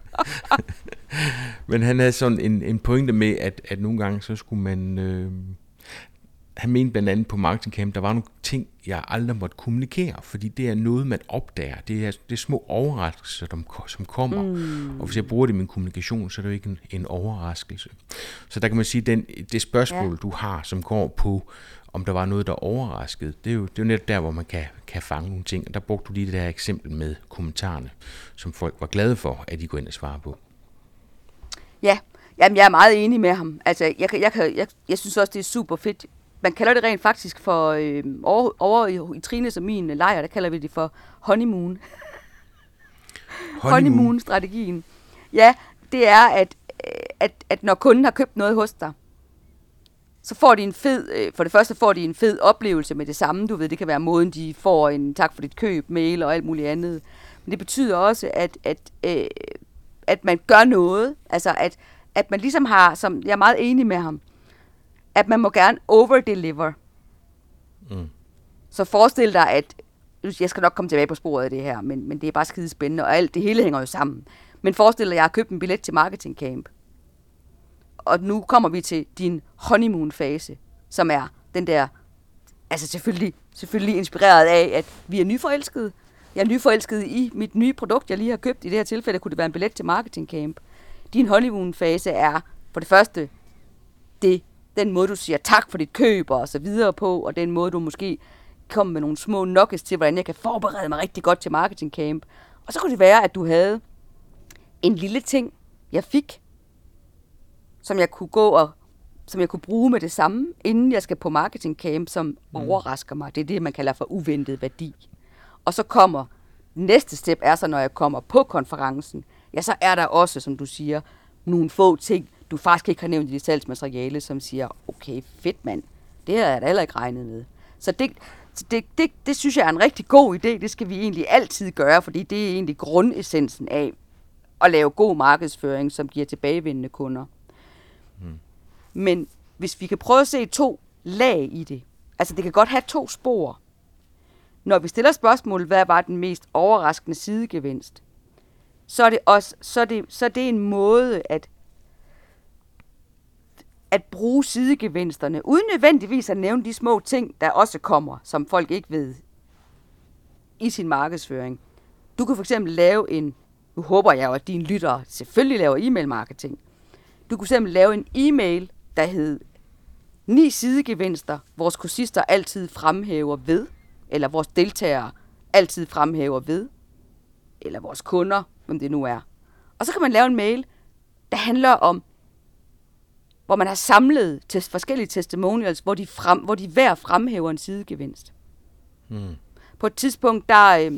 Men han havde sådan en, en pointe med, at, at nogle gange, så skulle man, øh, han mente blandt andet på Marketing Camp, der var nogle ting, jeg aldrig måtte kommunikere, fordi det er noget, man opdager. Det er, det er små overraskelser, som kommer. Mm. Og hvis jeg bruger det i min kommunikation, så er det jo ikke en, en overraskelse. Så der kan man sige, den, det spørgsmål, ja. du har, som går på, om der var noget, der overraskede, det er jo, det er jo netop der, hvor man kan, kan fange nogle ting. Og der brugte du lige det der eksempel med kommentarerne, som folk var glade for, at de går ind og svarer på. Ja, jamen, jeg er meget enig med ham. Altså, jeg, jeg, jeg, jeg, jeg synes også, det er super fedt. Man kalder det rent faktisk for, øh, over, over i, i Trines og min lejr, der kalder vi det for honeymoon. Honeymoon. Honeymoon-strategien. Ja, det er, at, at, at når kunden har købt noget hos dig, så får de en fed, for det første får de en fed oplevelse med det samme. Du ved, det kan være måden, de får en tak for dit køb, mail og alt muligt andet. Men det betyder også, at, at, øh, at man gør noget. Altså, at, at man ligesom har, som jeg er meget enig med ham, at man må gerne overdeliver. Mm. Så forestil dig, at jeg skal nok komme tilbage på sporet af det her, men, men det er bare skide spændende, og alt det hele hænger jo sammen. Men forestil dig, at jeg har købt en billet til Marketing Camp. Og nu kommer vi til din honeymoon-fase, som er den der, altså selvfølgelig, selvfølgelig inspireret af, at vi er nyforelskede. Jeg er nyforelsket i mit nye produkt, jeg lige har købt. I det her tilfælde kunne det være en billet til Marketing Camp. Din honeymoon-fase er for det første det, den måde, du siger tak for dit køb og så videre på, og den måde, du måske kommer med nogle små nuggets til, hvordan jeg kan forberede mig rigtig godt til Marketing Camp. Og så kunne det være, at du havde en lille ting, jeg fik, som jeg kunne gå og som jeg kunne bruge med det samme, inden jeg skal på Marketing Camp, som mm. overrasker mig. Det er det, man kalder for uventet værdi. Og så kommer næste step er så, når jeg kommer på konferencen, ja, så er der også, som du siger, nogle få ting, du faktisk ikke har nævnt i dit salgsmateriale, som siger, okay, fedt mand, det har jeg da heller ikke regnet med. Så det, det, det, det synes jeg er en rigtig god idé, det skal vi egentlig altid gøre, fordi det er egentlig grundessensen af at lave god markedsføring, som giver tilbagevendende kunder. Hmm. Men hvis vi kan prøve at se to lag i det, altså det kan godt have to spor. Når vi stiller spørgsmålet, hvad var den mest overraskende sidegevinst, så er det også, så er det, så er det en måde at at bruge sidegevinsterne, uden nødvendigvis at nævne de små ting, der også kommer, som folk ikke ved i sin markedsføring. Du kan for eksempel lave en, nu håber jeg jo, at dine lyttere selvfølgelig laver e-mail-marketing. Du kunne simpelthen lave en e-mail, der hed ni sidegevinster, vores kursister altid fremhæver ved, eller vores deltagere altid fremhæver ved, eller vores kunder, hvem det nu er. Og så kan man lave en mail, der handler om, hvor man har samlet til forskellige testimonials, hvor de, frem, hvor de hver fremhæver en sidegevinst. Hmm. På et tidspunkt, der, øh,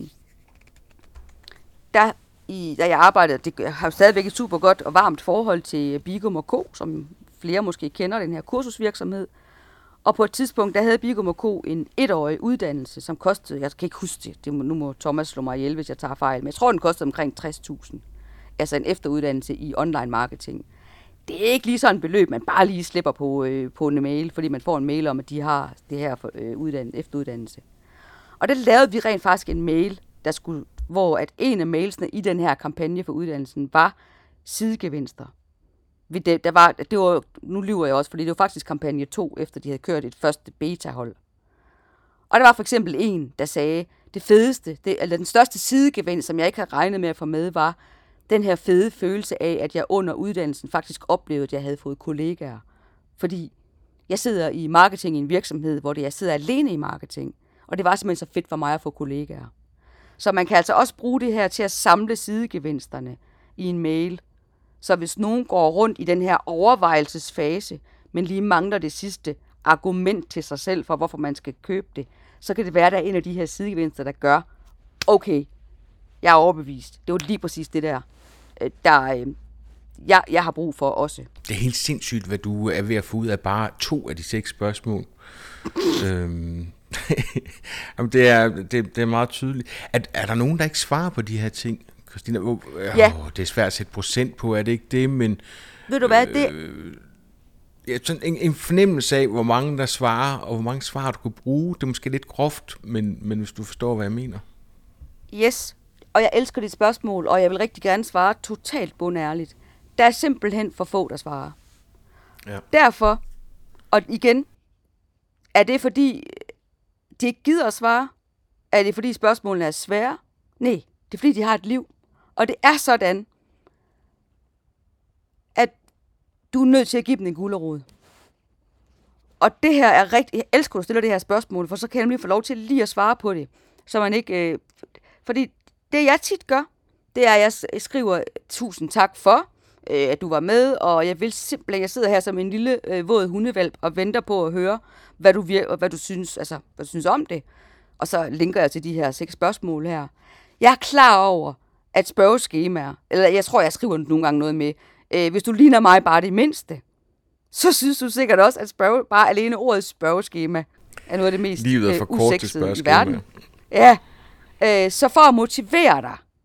der i, da jeg arbejdede, det har jo stadigvæk et super godt og varmt forhold til Bigum og Co., som flere måske kender, den her kursusvirksomhed. Og på et tidspunkt, der havde Bigum og Co. en etårig uddannelse, som kostede, jeg kan ikke huske det, det må, nu må Thomas slå mig ihjel, hvis jeg tager fejl, men jeg tror, den kostede omkring tres tusind. Altså en efteruddannelse i online marketing. Det er ikke lige sådan et beløb, man bare lige slipper på, øh, på en mail, fordi man får en mail om, at de har det her for, øh, uddannet, efteruddannelse. Og der lavede vi rent faktisk en mail, der skulle, hvor at en af mailsene i den her kampagne for uddannelsen var sidegevinster. Det, der var, det var, nu lyver jeg også, fordi det var faktisk kampagne to, efter de havde kørt et første beta-hold. Og der var for eksempel en, der sagde, det fedeste, det, eller den største sidegevinst, som jeg ikke havde regnet med at få med, var den her fede følelse af, at jeg under uddannelsen faktisk oplevede, at jeg havde fået kollegaer. Fordi jeg sidder i marketing i en virksomhed, hvor det, jeg sidder alene i marketing, og det var simpelthen så fedt for mig at få kollegaer. Så man kan altså også bruge det her til at samle sidegevinsterne i en mail. Så hvis nogen går rundt i den her overvejelsesfase, men lige mangler det sidste argument til sig selv for, hvorfor man skal købe det, så kan det være, at der er en af de her sidegevinster, der gør, okay, jeg er overbevist. Det var lige præcis det der, der jeg, jeg har brug for også. Det er helt sindssygt, hvad du er ved at få ud af bare to af de seks spørgsmål. øhm. Jamen, det, er, det, det er meget tydeligt. Er, er der nogen, der ikke svarer på de her ting? Christina, oh, ja. oh, det er svært at sætte procent på, er det ikke det? Men, ved du hvad, det... Øh, ja, sådan en, en fornemmelse af, hvor mange der svarer, og hvor mange svar du kunne bruge. Det er måske lidt groft, men, men hvis du forstår, hvad jeg mener. Yes, og jeg elsker dit spørgsmål, og jeg vil rigtig gerne svare totalt bundærligt. Der er simpelthen for få, der svarer. Ja. Derfor, og igen, er det fordi, de ikke gider at svare? Er det fordi spørgsmålene er svære? Nej, det er fordi, de har et liv. Og det er sådan, at du er nødt til at give dem en gulerod. Og det her er rigtig... Jeg elsker, at du stiller det her spørgsmål, for så kan jeg nemlig få lov til lige at svare på det. Så man ikke... Øh, fordi det, jeg tit gør, det er, at jeg skriver tusind tak for, øh, at du var med, og jeg vil simpelthen... Jeg sidder her som en lille øh, våd hundevalp og venter på at høre, hvad du, vir- hvad du synes, altså, hvad du synes om det. Og så linker jeg til de her seks spørgsmål her. Jeg er klar over, at spørgeskemaer, eller jeg tror, jeg skriver nogle gange noget med, øh, hvis du ligner mig bare det mindste, så synes du sikkert også, at spørge, bare alene ordet spørgeskema er noget af det mest Livet er for øh, kort til usexede i verden. Ja, øh, så for at motivere dig,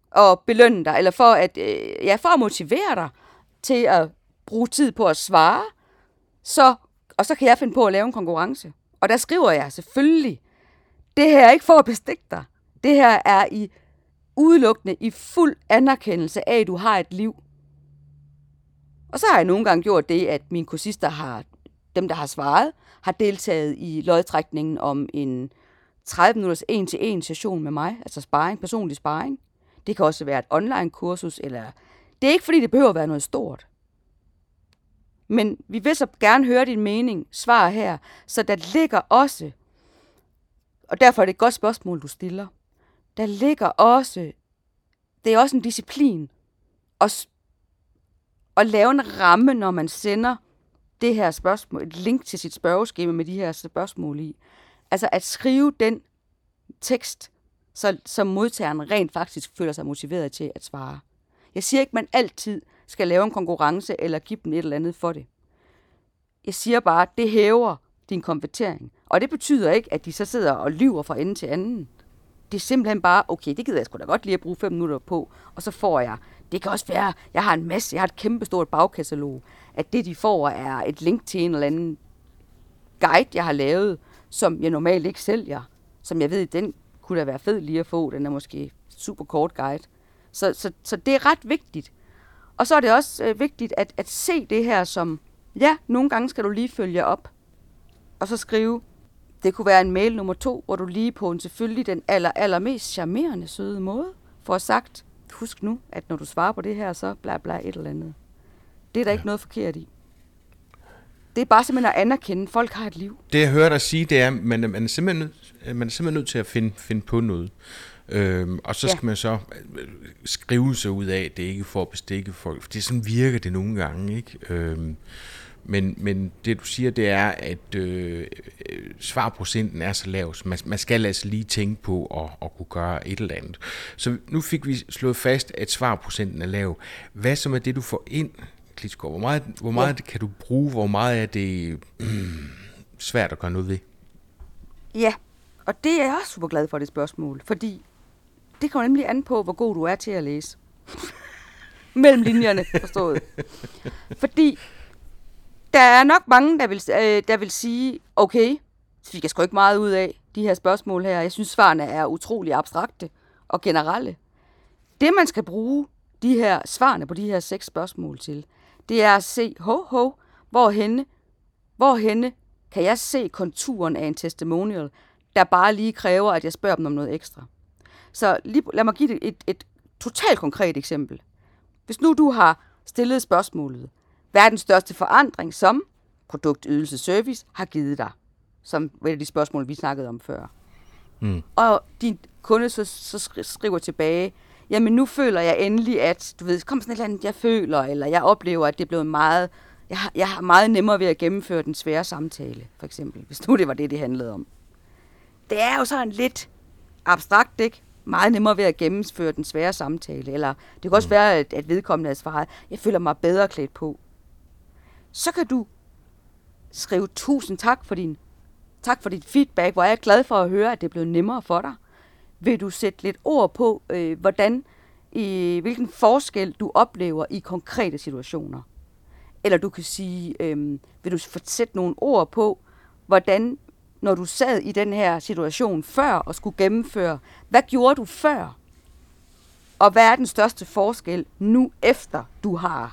at belønne dig, eller for at, øh, ja, for at motivere dig til at bruge tid på at svare, så, og så kan jeg finde på at lave en konkurrence. Og der skriver jeg selvfølgelig, det her er ikke for at bestikke dig. Det her er i udelukkende i fuld anerkendelse af, at du har et liv. Og så har jeg nogle gange gjort det, at mine kursister har, dem der har svaret, har deltaget i lodtrækningen om en tredive minutters en-til-en session med mig, altså sparring, personlig sparring. Det kan også være et online-kursus, eller det er ikke fordi, det behøver at være noget stort. Men vi vil så gerne høre din mening, svar her, så der ligger også, og derfor er det et godt spørgsmål, du stiller, der ligger også, det er også en disciplin, at, at lave en ramme, når man sender det her spørgsmål, et link til sit spørgeskema med de her spørgsmål i. Altså at skrive den tekst, så, så modtageren rent faktisk føler sig motiveret til at svare. Jeg siger ikke, at man altid skal lave en konkurrence eller give dem et eller andet for det. Jeg siger bare, at det hæver din konvertering. Og det betyder ikke, at de så sidder og lyver fra ende til anden. Det er simpelthen bare, okay, det gider jeg sgu da godt lige at bruge fem minutter på, og så får jeg. Det kan også være, jeg har en masse, jeg har et kæmpestort bagkatalog, at det de får er et link til en eller anden guide, jeg har lavet, som jeg normalt ikke sælger, som jeg ved, den kunne da være fed lige at få, den er måske super kort guide. Så, så, så det er ret vigtigt. Og så er det også øh, vigtigt at, at se det her som, ja, nogle gange skal du lige følge op, og så skrive, det kunne være en mail nummer to, hvor du lige på en selvfølgelig den aller, allermest charmerende søde måde, får sagt, husk nu, at når du svarer på det her, så bla bla et eller andet. Det er der ja. ikke noget forkert i. Det er bare simpelthen at anerkende, at folk har et liv. Det jeg hører dig sige, det er, at man, man, er simpelthen nødt, man er simpelthen nødt til at finde, finde på noget. Øhm, og så skal ja. man så skrive sig ud af, at det ikke får at bestikke folk. For det sådan virker det nogle gange, ikke? Øhm, men, men det du siger, det er, at øh, svarprocenten er så lav, så man, man skal altså lige tænke på at, at kunne gøre et eller andet. Så nu fik vi slået fast, at svarprocenten er lav. Hvad så med det, du får ind, Klitschko? Hvor meget, hvor meget ja. kan du bruge? Hvor meget er det mm, svært at gøre noget ved? Ja, og det er jeg også super glad for, det spørgsmål. Fordi det kommer nemlig an på, hvor god du er til at læse. Mellem linjerne, forstået. Fordi der er nok mange, der vil, øh, der vil sige, okay, så fik jeg sgu ikke meget ud af de her spørgsmål her. Jeg synes, svarene er utrolig abstrakte og generelle. Det, man skal bruge de her svarene på de her seks spørgsmål til, det er at se, ho, ho, hvorhenne, hvorhenne kan jeg se konturen af en testimonial, der bare lige kræver, at jeg spørger dem om noget ekstra. Så lige, lad mig give dig et, et, et totalt konkret eksempel. Hvis nu du har stillet spørgsmålet, hvad er den største forandring, som produkt, ydelse, service har givet dig? Som var de spørgsmål, vi snakkede om før. Mm. Og din kunde så, så skriver tilbage, jamen nu føler jeg endelig, at du ved, kom sådan et eller andet, jeg føler, eller jeg oplever, at det er blevet meget, jeg har, jeg har meget nemmere ved at gennemføre den svære samtale, for eksempel, hvis nu det var det, det handlede om. Det er jo sådan lidt abstrakt, ikke? Meget nemmere ved at gennemføre den svære samtale, eller det kan også mm. være, at, at vedkommende har svaret, jeg føler mig bedre klædt på. Så kan du skrive tusind tak for din, tak for dit feedback, hvor jeg er glad for at høre, at det er blevet nemmere for dig. Vil du sætte lidt ord på, øh, hvordan, i, hvilken forskel du oplever i konkrete situationer? Eller du kan sige, øh, vil du sætte nogle ord på, hvordan, når du sad i den her situation før og skulle gennemføre, hvad gjorde du før? Og hvad er den største forskel nu efter du har?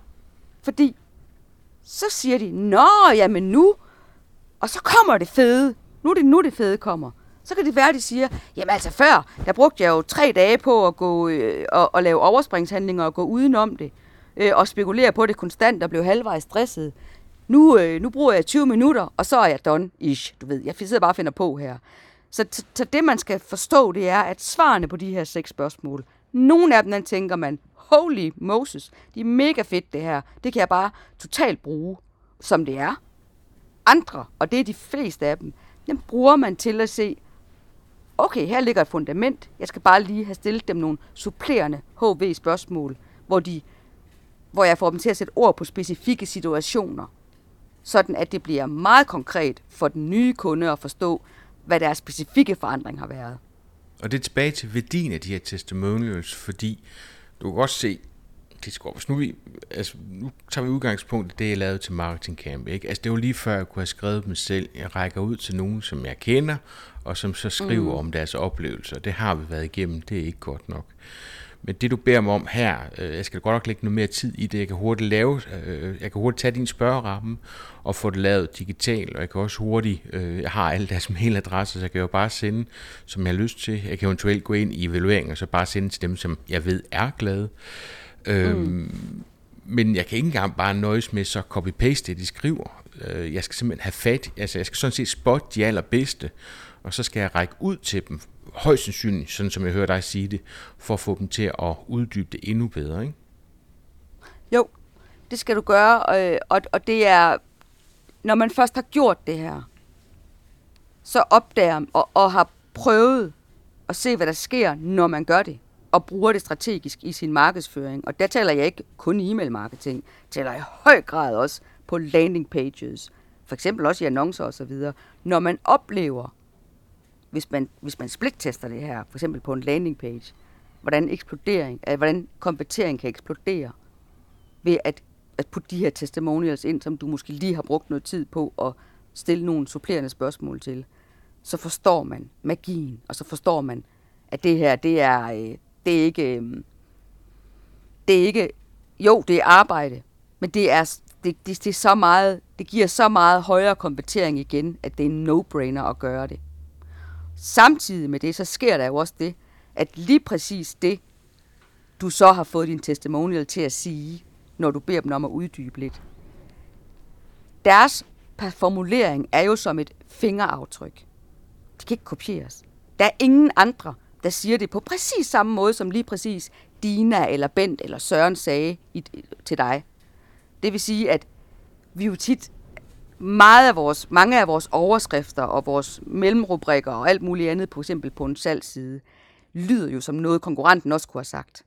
Fordi så siger de, nå, jamen nu, og så kommer det fede. Nu er det nu, det fede kommer. Så kan det være, at de siger, jamen altså før, der brugte jeg jo tre dage på at gå øh, og, og lave overspringshandlinger og gå udenom det, øh, og spekulere på det konstant og blev halvvejs stresset. Nu, øh, nu bruger jeg tyve minutter, og så er jeg done-ish, du ved. Jeg sidder bare og finder på her. Så, t- så det, man skal forstå, det er, at svarene på de her seks spørgsmål, nogle af dem, der tænker man, holy Moses, de er mega fedt det her. Det kan jeg bare totalt bruge, som det er. Andre, og det er de fleste af dem, dem bruger man til at se, okay, her ligger et fundament. Jeg skal bare lige have stillet dem nogle supplerende H V-spørgsmål, hvor, de, hvor jeg får dem til at sætte ord på specifikke situationer, sådan at det bliver meget konkret for den nye kunde at forstå, hvad deres specifikke forandring har været. Og det er tilbage til værdien af de her testimonials, fordi du kan også se, det skal, hvis nu, vi, altså, nu tager vi udgangspunkt i det, jeg lavede til Marketing Camp. Ikke? Altså, det var lige før, jeg kunne have skrevet dem selv. Jeg rækker ud til nogen, som jeg kender, og som så skriver mm. om deres oplevelser. Det har vi været igennem, det er ikke godt nok. Men det, du beder mig om her, øh, jeg skal godt nok lægge noget mere tid i det. Jeg kan hurtigt lave, øh, jeg kan hurtigt tage din spørgeramme og få det lavet digitalt, og jeg kan også hurtigt, øh, jeg har alle deres mailadresser, så jeg kan jo bare sende, som jeg har lyst til. Jeg kan eventuelt gå ind i evalueringen, og så bare sende til dem, som jeg ved er glade. Øhm, mm. Men jeg kan ikke engang bare nøjes med så copy-paste det, de skriver. Øh, jeg skal simpelthen have fat, altså jeg skal sådan set spotte de allerbedste, og så skal jeg række ud til dem, højst sandsynligt, sådan som jeg hører dig sige det, for at få dem til at uddybe det endnu bedre, ikke? Jo, det skal du gøre, øh, og, og det er, når man først har gjort det her, så opdager og, og har prøvet at se, hvad der sker, når man gør det, og bruger det strategisk i sin markedsføring. Og der taler jeg ikke kun e-mail marketing, taler jeg i høj grad også på landing pages, for eksempel også i annoncer og så videre. Når man oplever, hvis man, hvis man split-tester det her, for eksempel på en landing page, hvordan eksplodering, øh, hvordan konvertering kan eksplodere ved at, at putte de her testimonials ind, som du måske lige har brugt noget tid på at stille nogle supplerende spørgsmål til, så forstår man magien, og så forstår man, at det her, det er, øh, det er ikke, øh, det er ikke, jo, det er arbejde, men det er, det, det, det er så meget, det giver så meget højere konvertering igen, at det er en no-brainer at gøre det. Samtidig med det, så sker der jo også det, at lige præcis det, du så har fået din testimonial til at sige, når du beder dem om at uddybe lidt. Deres formulering er jo som et fingeraftryk. De kan ikke kopieres. Der er ingen andre, der siger det på præcis samme måde, som lige præcis Dina eller Bent eller Søren sagde i, til dig. Det vil sige, at vi jo tit, meget af vores, mange af vores overskrifter og vores mellemrubrikker og alt muligt andet, på eksempel på en salgsside, lyder jo som noget, konkurrenten også kunne have sagt.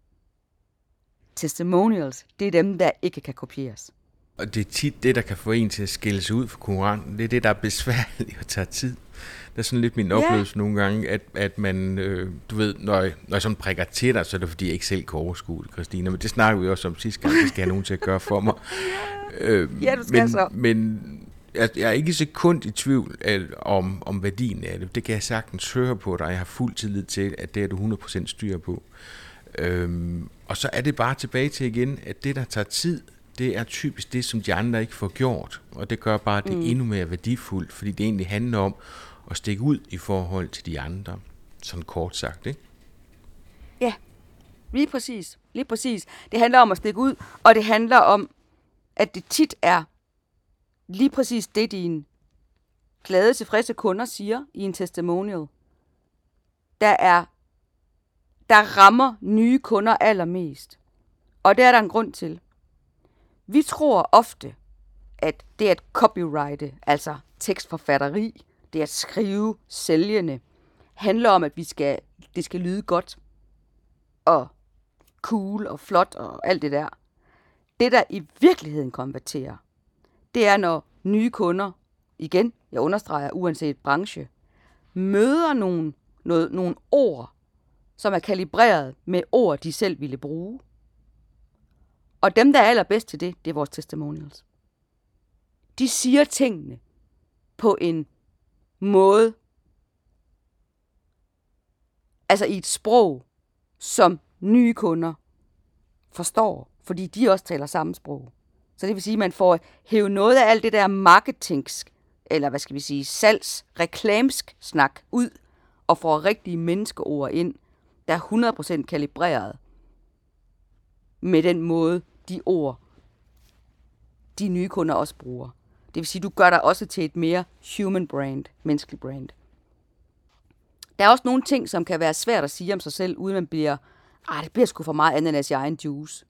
Testimonials, det er dem, der ikke kan kopieres. Og det er tit det, der kan få en til at skille sig ud for konkurrenten. Det er det, der er besværligt og tager tid. Det er sådan lidt min oplevelse yeah. nogle gange, at, at man, øh, du ved, når jeg, når jeg sådan prikker til dig, så er det fordi, jeg ikke selv kan overskue det, Christina. Men det snakker vi også om sidste gang, det skal jeg have nogen til at gøre for mig. Øh, ja, du skal men, så. Men jeg, jeg er ikke i sekund i tvivl at, om, om værdien af det. Det kan jeg sagtens høre på dig, og jeg har fuld tillid til, at det er du hundrede procent styr på. Øhm, og så er det bare tilbage til igen, at det, der tager tid, det er typisk det, som de andre ikke får gjort. Og det gør bare det mm. endnu mere værdifuldt, fordi det egentlig handler om at stikke ud i forhold til de andre. Sådan kort sagt, ikke? Ja, lige præcis. Lige præcis. Det handler om at stikke ud, og det handler om, at det tit er lige præcis det, dine glade, tilfredse kunder siger i en testimonial. Der er, der rammer nye kunder allermest. Og det er der en grund til. Vi tror ofte, at det at copyrighte, altså tekstforfatteri, det at skrive sælgende, handler om, at vi skal, det skal lyde godt og cool og flot og alt det der. Det, der i virkeligheden konverterer, det er, når nye kunder, igen, jeg understreger, uanset branche, møder nogle, noget, nogle ord, som er kalibreret med ord, de selv ville bruge. Og dem, der er allerbedst til det, det er vores testimonials. De siger tingene på en måde, altså i et sprog, som nye kunder forstår, fordi de også taler samme sprog. Så det vil sige, at man får hævet noget af alt det der marketingsk, eller hvad skal vi sige, salgs, reklamsk snak ud, og får rigtige menneskeord ind, der er hundrede procent kalibreret med den måde, de ord, de nye kunder også bruger. Det vil sige, at du gør dig også til et mere human brand, menneskelig brand. Der er også nogle ting, som kan være svært at sige om sig selv, uden man bliver, ah, det bliver sgu for meget ananas i egen juice.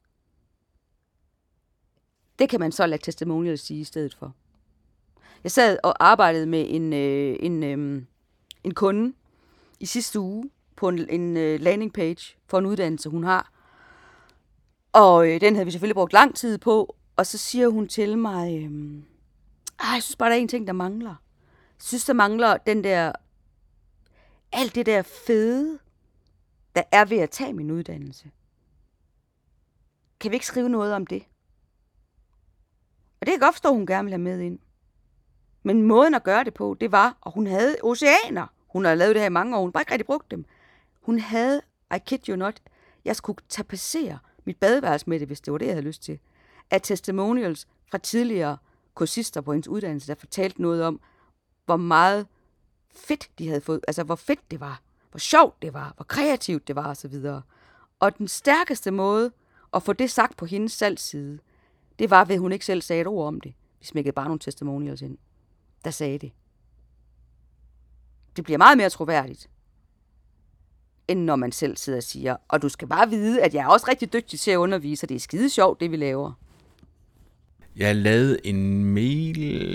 Det kan man så lade testimonials sige i stedet for. Jeg sad og arbejdede med en, øh, en, øh, en kunde i sidste uge på en, en øh, landing page for en uddannelse, hun har. Og øh, den havde vi selvfølgelig brugt lang tid på, og så siger hun til mig, øh, jeg synes bare, der er en ting, der mangler. Jeg synes, der mangler den der alt det der fede, der er ved at tage min uddannelse. Kan vi ikke skrive noget om det? Og det kan jeg godt forstå, at hun gerne vil have med ind. Men måden at gøre det på, det var, og hun havde oceaner. Hun har lavet det her i mange år, hun har bare ikke rigtig brugt dem. Hun havde, I kid you not, jeg skulle tapetsere mit badeværelse med det, hvis det var det, jeg havde lyst til, af testimonials fra tidligere kursister på hendes uddannelse, der fortalte noget om, hvor meget fedt de havde fået, altså hvor fedt det var, hvor sjovt det var, hvor kreativt det var osv. Og den stærkeste måde at få det sagt på hendes salgsside, det var, ved hun ikke selv sagde et ord om det. Vi smækkede bare nogle testimonials ind, der sagde det. Det bliver meget mere troværdigt, end når man selv sidder og siger, og du skal bare vide, at jeg er også rigtig dygtig til at undervise, og det er skide sjovt, det vi laver. Jeg lavede en mail.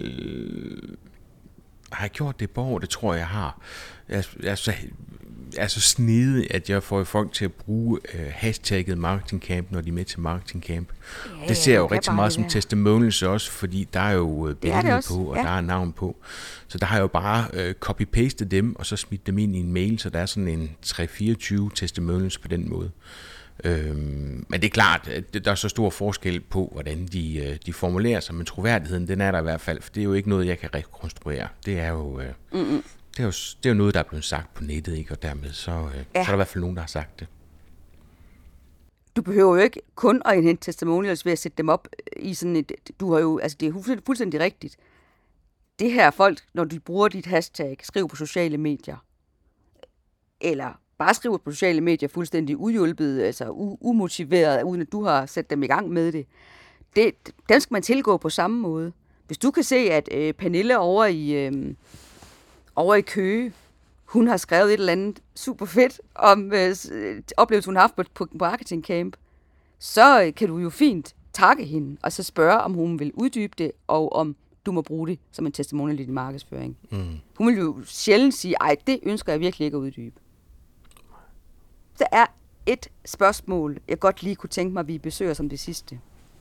Har jeg gjort det på år? Det tror jeg, jeg har. Jeg, jeg, er så, jeg er så snedig, at jeg får folk til at bruge uh, hashtagget marketingcamp, når de er med til marketingcamp. Ja, det ser jeg jo rigtig meget som testimonials også, fordi der er jo billeder på, og ja. Der er navn på. Så der har jeg jo bare uh, copy-pastet dem, og så smidt dem ind i en mail, så der er sådan en tre fireogtyve testimonials på den måde. Øhm, men det er klart, at der er så stor forskel på, hvordan de, de formulerer sig, men troværdigheden, den er der i hvert fald, for det er jo ikke noget, jeg kan rekonstruere. Det er jo, øh, det er jo, det er jo noget, der er blevet sagt på nettet, ikke? Og dermed så, øh, ja. så er der i hvert fald nogen, der har sagt det. Du behøver jo ikke kun at indhente testimonials ved at sætte dem op i sådan et, du har jo, altså det er fuldstændig rigtigt. Det her folk, når de bruger dit hashtag, skriv på sociale medier, eller bare skriver på sociale medier fuldstændig uhjulpet, altså u- umotiveret, uden at du har sat dem i gang med det. det. Dem skal man tilgå på samme måde. Hvis du kan se, at øh, Pernille over i, øh, over i Køge, hun har skrevet et eller andet super fedt om øh, oplevelsen, hun har haft på, på marketing camp, så øh, kan du jo fint takke hende, og så spørge, om hun vil uddybe det, og om du må bruge det som en testimonial i din markedsføring. Mm. Hun vil jo sjældent sige, ej, det ønsker jeg virkelig ikke at uddybe. Der er et spørgsmål, jeg godt lige kunne tænke mig, at vi besøger som det sidste.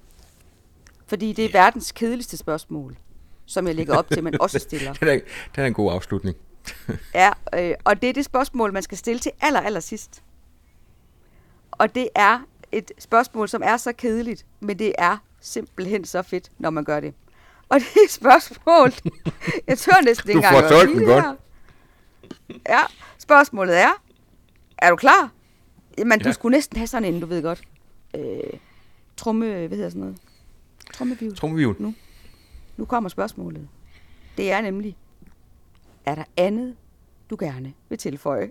Fordi det er yeah. verdens kedeligste spørgsmål, som jeg lægger op til, man også stiller. det, er, det er en god afslutning. ja, øh, og det er det spørgsmål, man skal stille til aller, aller sidst. Og det er et spørgsmål, som er så kedeligt, men det er simpelthen så fedt, når man gør det. Og det er et spørgsmål, jeg tør næsten ikke engang at sige det her. Ja, spørgsmålet er, er du klar? Jamen, ja. Du skulle næsten have sådan en, du ved godt. Øh, tromme, hvad hedder sådan noget? Trommevivl. Trommevivl. Nu. nu kommer spørgsmålet. Det er nemlig, er der andet, du gerne vil tilføje?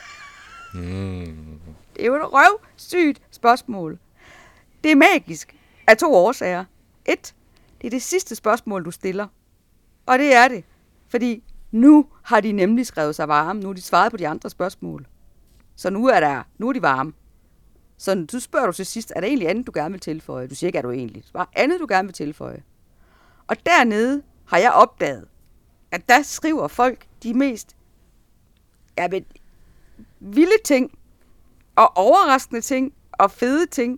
mm. Det er jo et røvsygt spørgsmål. Det er magisk af to årsager. Et, det er det sidste spørgsmål, du stiller. Og det er det, fordi nu har de nemlig skrevet sig varme. Nu har de svaret på de andre spørgsmål. Så nu er, der, nu er de varme. Så du spørger du til sidst, er der egentlig andet, du gerne vil tilføje? Du siger ikke, er du egentlig. Hvad andet, du gerne vil tilføje? Og dernede har jeg opdaget, at der skriver folk de mest ja, men, vilde ting, og overraskende ting, og fede ting,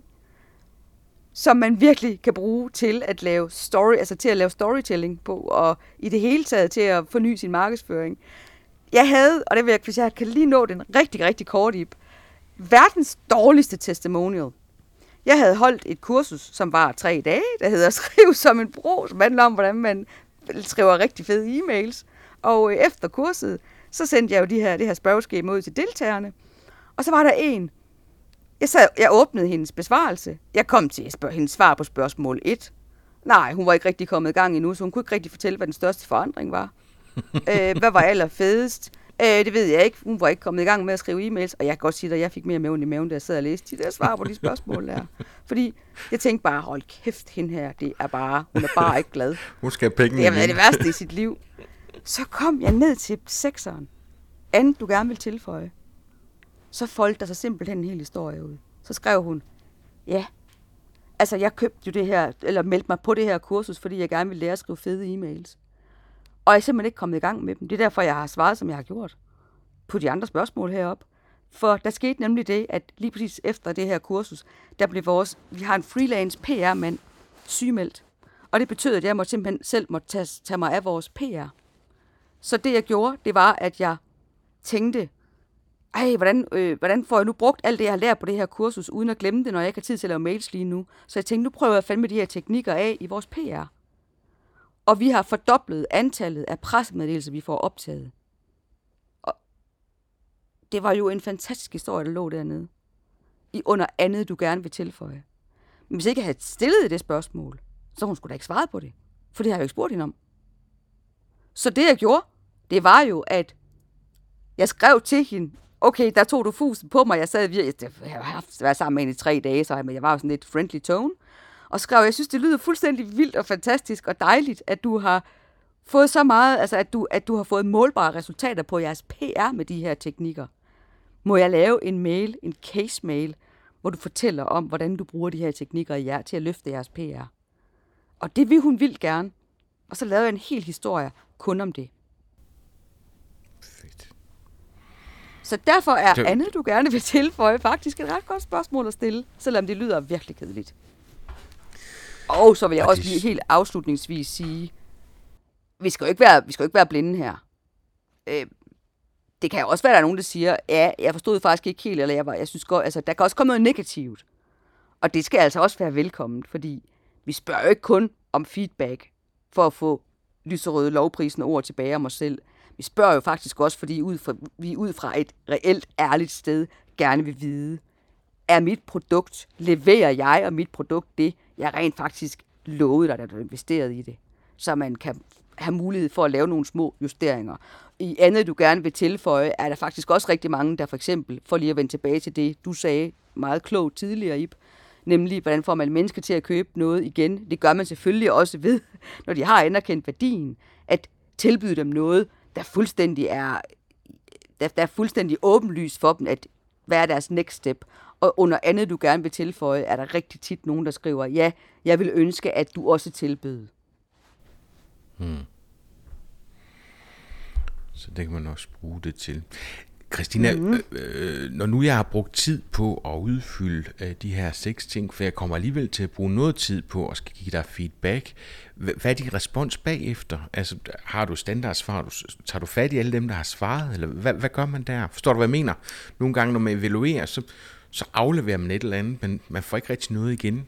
som man virkelig kan bruge til at lave story, altså til at lave storytelling på, og i det hele taget til at forny sin markedsføring. Jeg havde, og det vil jeg, hvis jeg kan lige nå den rigtig, rigtig kort i, verdens dårligste testimonial. Jeg havde holdt et kursus, som var tre dage, der hedder Skriv som en bro, som handler om, hvordan man skriver rigtig fede e-mails. Og efter kurset, så sendte jeg jo de her, det her spørgeskema ud til deltagerne. Og så var der en, jeg, sad, jeg åbnede hendes besvarelse. Jeg kom til spørg, hendes svar på spørgsmål et. Nej, hun var ikke rigtig kommet i gang endnu, så hun kunne ikke rigtig fortælle, hvad den største forandring var. øh, hvad var allerfedest? Øh, det ved jeg ikke. Hun var ikke kommet i gang med at skrive e-mails, og jeg kan godt sige, at jeg fik mere maven i maven, da jeg sad og læste de der svar på de spørgsmål der. Fordi jeg tænkte bare, hold kæft, hende her, det er bare, hun er bare ikke glad. Hun skal have pengene. Det er det værste i sit liv. Så kom jeg ned til sekseren. Andet du gerne vil tilføje. Så foldte der så simpelthen en hel historie ud. Så skrev hun, ja, altså jeg købte jo det her, eller meldte mig på det her kursus, fordi jeg gerne ville lære at skrive fede e-mails. Og jeg er simpelthen ikke kommet i gang med dem. Det er derfor, jeg har svaret, som jeg har gjort på de andre spørgsmål heroppe. For der skete nemlig det, at lige præcis efter det her kursus, der blev vores, vi har en freelance P R-mand sygemeldt. Og det betød, at jeg måtte simpelthen selv måtte tage, tage mig af vores P R. Så det, jeg gjorde, det var, at jeg tænkte, ej, hvordan, øh, hvordan får jeg nu brugt alt det, jeg har lært på det her kursus, uden at glemme det, når jeg ikke har tid til at lave mails lige nu. Så jeg tænkte, nu prøver jeg fandme de her teknikker af i vores P R. Og vi har fordoblet antallet af pressemeddelelser, vi får optaget. Og det var jo en fantastisk historie, der lå dernede. I under andet, du gerne vil tilføje. Men hvis ikke jeg havde stillet det spørgsmål, så hun skulle da ikke svaret på det. For det har jeg jo ikke spurgt hende om. Så det, jeg gjorde, det var jo, at jeg skrev til hende, okay, der tog du fusen på mig. Jeg sad virkelig, jeg har haft været sammen med hende i tre dage, så jeg var jo sådan lidt friendly tone. Og skrev, jeg synes, det lyder fuldstændig vildt og fantastisk og dejligt, at du har fået så meget, altså at du, at du har fået målbare resultater på jeres P R med de her teknikker. Må jeg lave en mail, en case-mail, hvor du fortæller om, hvordan du bruger de her teknikker i jer til at løfte jeres P R. Og det vil hun vildt gerne. Og så lavede jeg en hel historie kun om det. Fedt. Så derfor er det... andet, du gerne vil tilføje, faktisk et ret godt spørgsmål at stille, selvom det lyder virkelig kedeligt. Og så vil jeg og også lige helt afslutningsvis sige, vi skal jo ikke være, vi skal jo ikke være blinde her. Øh, det kan jo også være, at der er nogen, der siger, ja, jeg forstod faktisk ikke helt, eller jeg, var, jeg synes godt, altså, der kan også komme noget negativt. Og det skal altså også være velkomment, fordi vi spørger jo ikke kun om feedback for at få lyserøde lovprisende ord tilbage om os selv. Vi spørger jo faktisk også, fordi ud fra, vi ud fra et reelt ærligt sted gerne vil vide, er mit produkt, leverer jeg og mit produkt det, jeg rent faktisk lovede dig, da du investerede i det. Så man kan have mulighed for at lave nogle små justeringer. I andet, du gerne vil tilføje, er der faktisk også rigtig mange, der for eksempel, for lige at vende tilbage til det, du sagde meget klogt tidligere, Ib, nemlig, hvordan får man mennesker til at købe noget igen. Det gør man selvfølgelig også ved, når de har anerkendt værdien, at tilbyde dem noget, der fuldstændig er, der, der er fuldstændig åbenlyst for dem, at hvad er deres next step. Og under andet, du gerne vil tilføje, er der rigtig tit nogen, der skriver, ja, jeg vil ønske, at du også tilbyder. Hmm. Så det kan man også bruge det til. Christina, mm-hmm. øh, når nu jeg har brugt tid på at udfylde øh, de her seks ting, for jeg kommer alligevel til at bruge noget tid på at skal give dig feedback, hvad er din respons bagefter? Altså, har du standardsvar? Tager du fat i alle dem, der har svaret? Eller hvad, hvad gør man der? Forstår du, hvad jeg mener? Nogle gange, når man evaluerer, så, så afleverer man et eller andet, men man får ikke rigtig noget igen.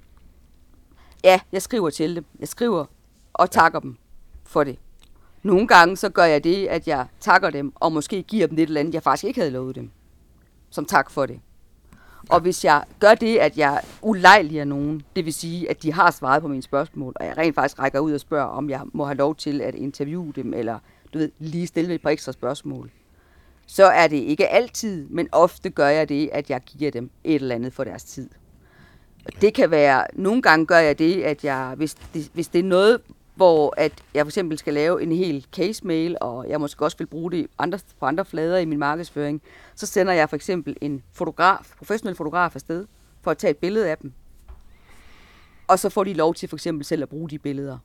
Ja, jeg skriver til dem. Jeg skriver og takker ja. dem for det. Nogle gange så gør jeg det, at jeg takker dem, og måske giver dem et eller andet, jeg faktisk ikke havde lovet dem. Som tak for det. Og hvis jeg gør det, at jeg ulejliger nogen, det vil sige, at de har svaret på mine spørgsmål, og jeg rent faktisk rækker ud og spørger, om jeg må have lov til at interviewe dem, eller du ved, lige stille et par ekstra spørgsmål, så er det ikke altid, men ofte gør jeg det, at jeg giver dem et eller andet for deres tid. Og det kan være, nogle gange gør jeg det, at jeg, hvis det, hvis det er noget, hvor at jeg for eksempel skal lave en hel case-mail, og jeg måske også vil bruge det andre, på andre flader i min markedsføring, så sender jeg for eksempel en fotograf, professionel fotograf afsted, for at tage et billede af dem. Og så får de lov til for eksempel selv at bruge de billeder.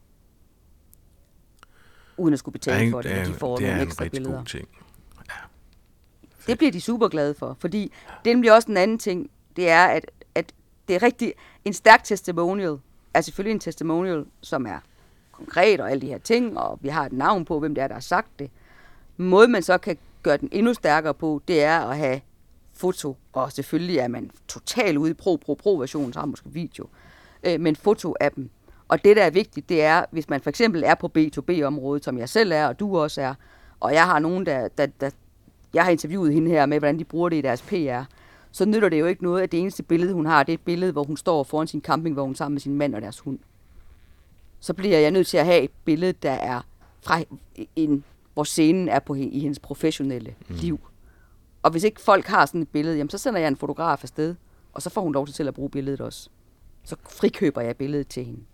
Uden at skulle betale for det, når de får nogle ekstra billeder. God ting. Ja. Det bliver de super glade for, fordi det bliver også en anden ting, det er, at, at det er rigtig, en stærk testimonial, er selvfølgelig en testimonial, som er konkret og alle de her ting, og vi har et navn på, hvem det er, der har sagt det. Måden man så kan gøre den endnu stærkere på, det er at have foto, og selvfølgelig er man totalt ude i pro-pro-pro-versionen, så har man måske video, øh, men foto af dem. Og det, der er vigtigt, det er, hvis man for eksempel er på B to B-området, som jeg selv er, og du også er, og jeg har nogen, der, der, der jeg har interviewet hende her med, hvordan de bruger det i deres P R, så nytter det jo ikke noget, at det eneste billede, hun har, det er et billede, hvor hun står foran sin campingvogn sammen med sin mand og deres hund. Så bliver jeg nødt til at have et billede, der er fra en, hvor scenen er på i hendes professionelle mm. liv. Og hvis ikke folk har sådan et billede, jamen, så sender jeg en fotograf afsted, og så får hun lov til at bruge billedet også. Så frikøber jeg billedet til hende.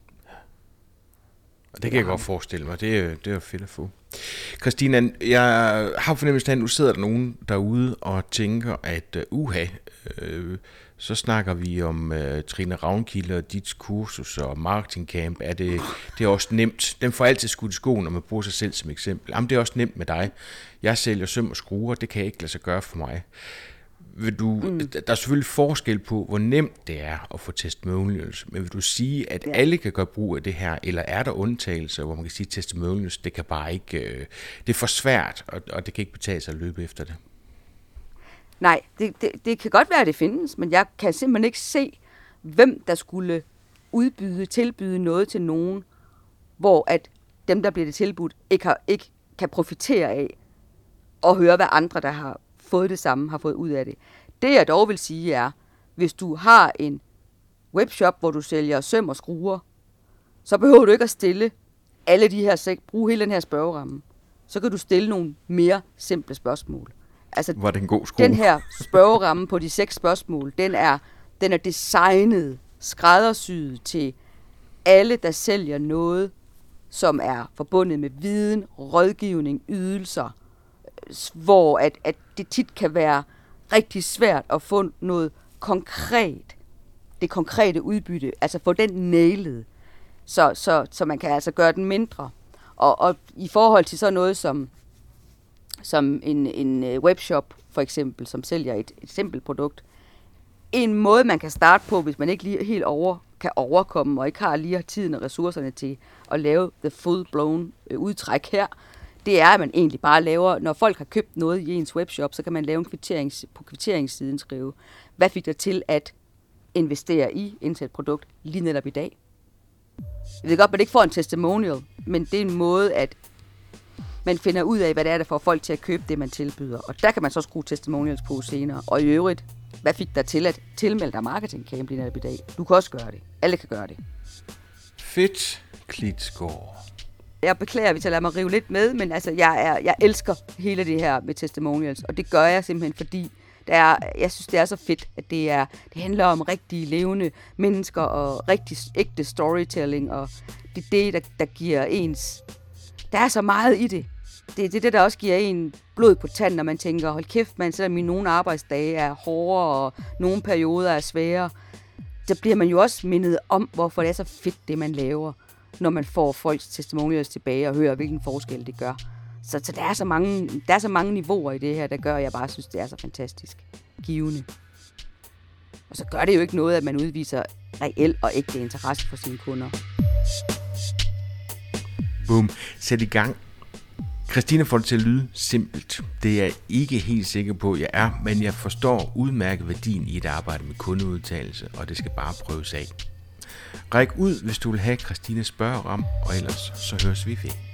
Og det kan jeg godt forestille mig. Det er, det er fedt at få. Christina, jeg har fornemmelsen af, at nu sidder der nogen derude og tænker, at uh, uha, øh, så snakker vi om uh, Trine Ravnkilde og dit kursus og marketingcamp. Er det, det er også nemt. Den får altid skudt i skoen, når man bruger sig selv som eksempel. Jamen, det er også nemt med dig. Jeg sælger søm og skruer, det kan jeg ikke lade sig gøre for mig. Vil du, mm. Der er selvfølgelig forskel på, hvor nemt det er at få testimonials, men vil du sige, at ja. alle kan gøre brug af det her, eller er der undtagelser, hvor man kan sige, at testimonials, det kan bare ikke, det er for svært, og, og det kan ikke betale sig at løbe efter det? Nej, det, det, det kan godt være, at det findes, men jeg kan simpelthen ikke se, hvem der skulle udbyde, tilbyde noget til nogen, hvor at dem, der bliver det tilbudt, ikke, har, ikke kan profitere af og høre, hvad andre, der har fået det samme, har fået ud af det. Det, jeg dog vil sige, er, hvis du har en webshop, hvor du sælger søm og skruer, så behøver du ikke at stille alle de her, bruge hele den her spørgeramme. Så kan du stille nogle mere simple spørgsmål. Altså, var det en god skrue? Den her spørgeramme på de seks spørgsmål, den er, den er designet, skræddersyet til alle, der sælger noget, som er forbundet med viden, rådgivning, ydelser, hvor at, at det tit kan være rigtig svært at få noget konkret, det konkrete udbytte, altså få den nailet, så, så, så man kan altså gøre den mindre. Og, og i forhold til sådan noget som, som en, en webshop, for eksempel, som sælger et, et simpelt produkt, en måde, man kan starte på, hvis man ikke lige helt over, kan overkomme, og ikke har lige tiden og ressourcerne til at lave the full-blown øh, udtræk her, det er, at man egentlig bare laver, når folk har købt noget i ens webshop, så kan man lave en kvitterings, på kvitteringssiden skrive, hvad fik dig til at investere i et produkt lige netop i dag? Jeg ved godt, at man ikke får en testimonial, men det er en måde, at man finder ud af, hvad det er, der får folk til at købe det, man tilbyder. Og der kan man så skrue testimonials på senere. Og i øvrigt, hvad fik dig til at tilmelde dig marketingcamp lige netop i dag? Du kan også gøre det. Alle kan gøre det. Fedt, Klitsgaard. Jeg beklager, hvis jeg lader mig rive lidt med, men altså, jeg, er, jeg elsker hele det her med testimonials. Og det gør jeg simpelthen, fordi der er, jeg synes, det er så fedt, at det, er, det handler om rigtige, levende mennesker og rigtig ægte storytelling. Og det er det, der, der giver ens... Der er så meget i det. Det er det, det, der også giver en blod på tanden, når man tænker, hold kæft, man, selvom nogle arbejdsdage er hårdere, og nogle perioder er svære, så bliver man jo også mindet om, hvorfor det er så fedt, det man laver, når man får folks testimonials tilbage og hører, hvilken forskel det gør. Så, så der, er så mange, der er så mange niveauer i det her, der gør, at jeg bare synes, det er så fantastisk givende. Og så gør det jo ikke noget, at man udviser reel og ægte interesse for sine kunder. Boom. Sæt i gang. Christina får det til at lyde simpelt. Det er jeg ikke helt sikker på, jeg er, men jeg forstår udmærket værdien i et arbejde med kundeudtalelse, og det skal bare prøves af. Ræk ud, hvis du vil have Christinas spørgeram, og ellers så høres vi ved.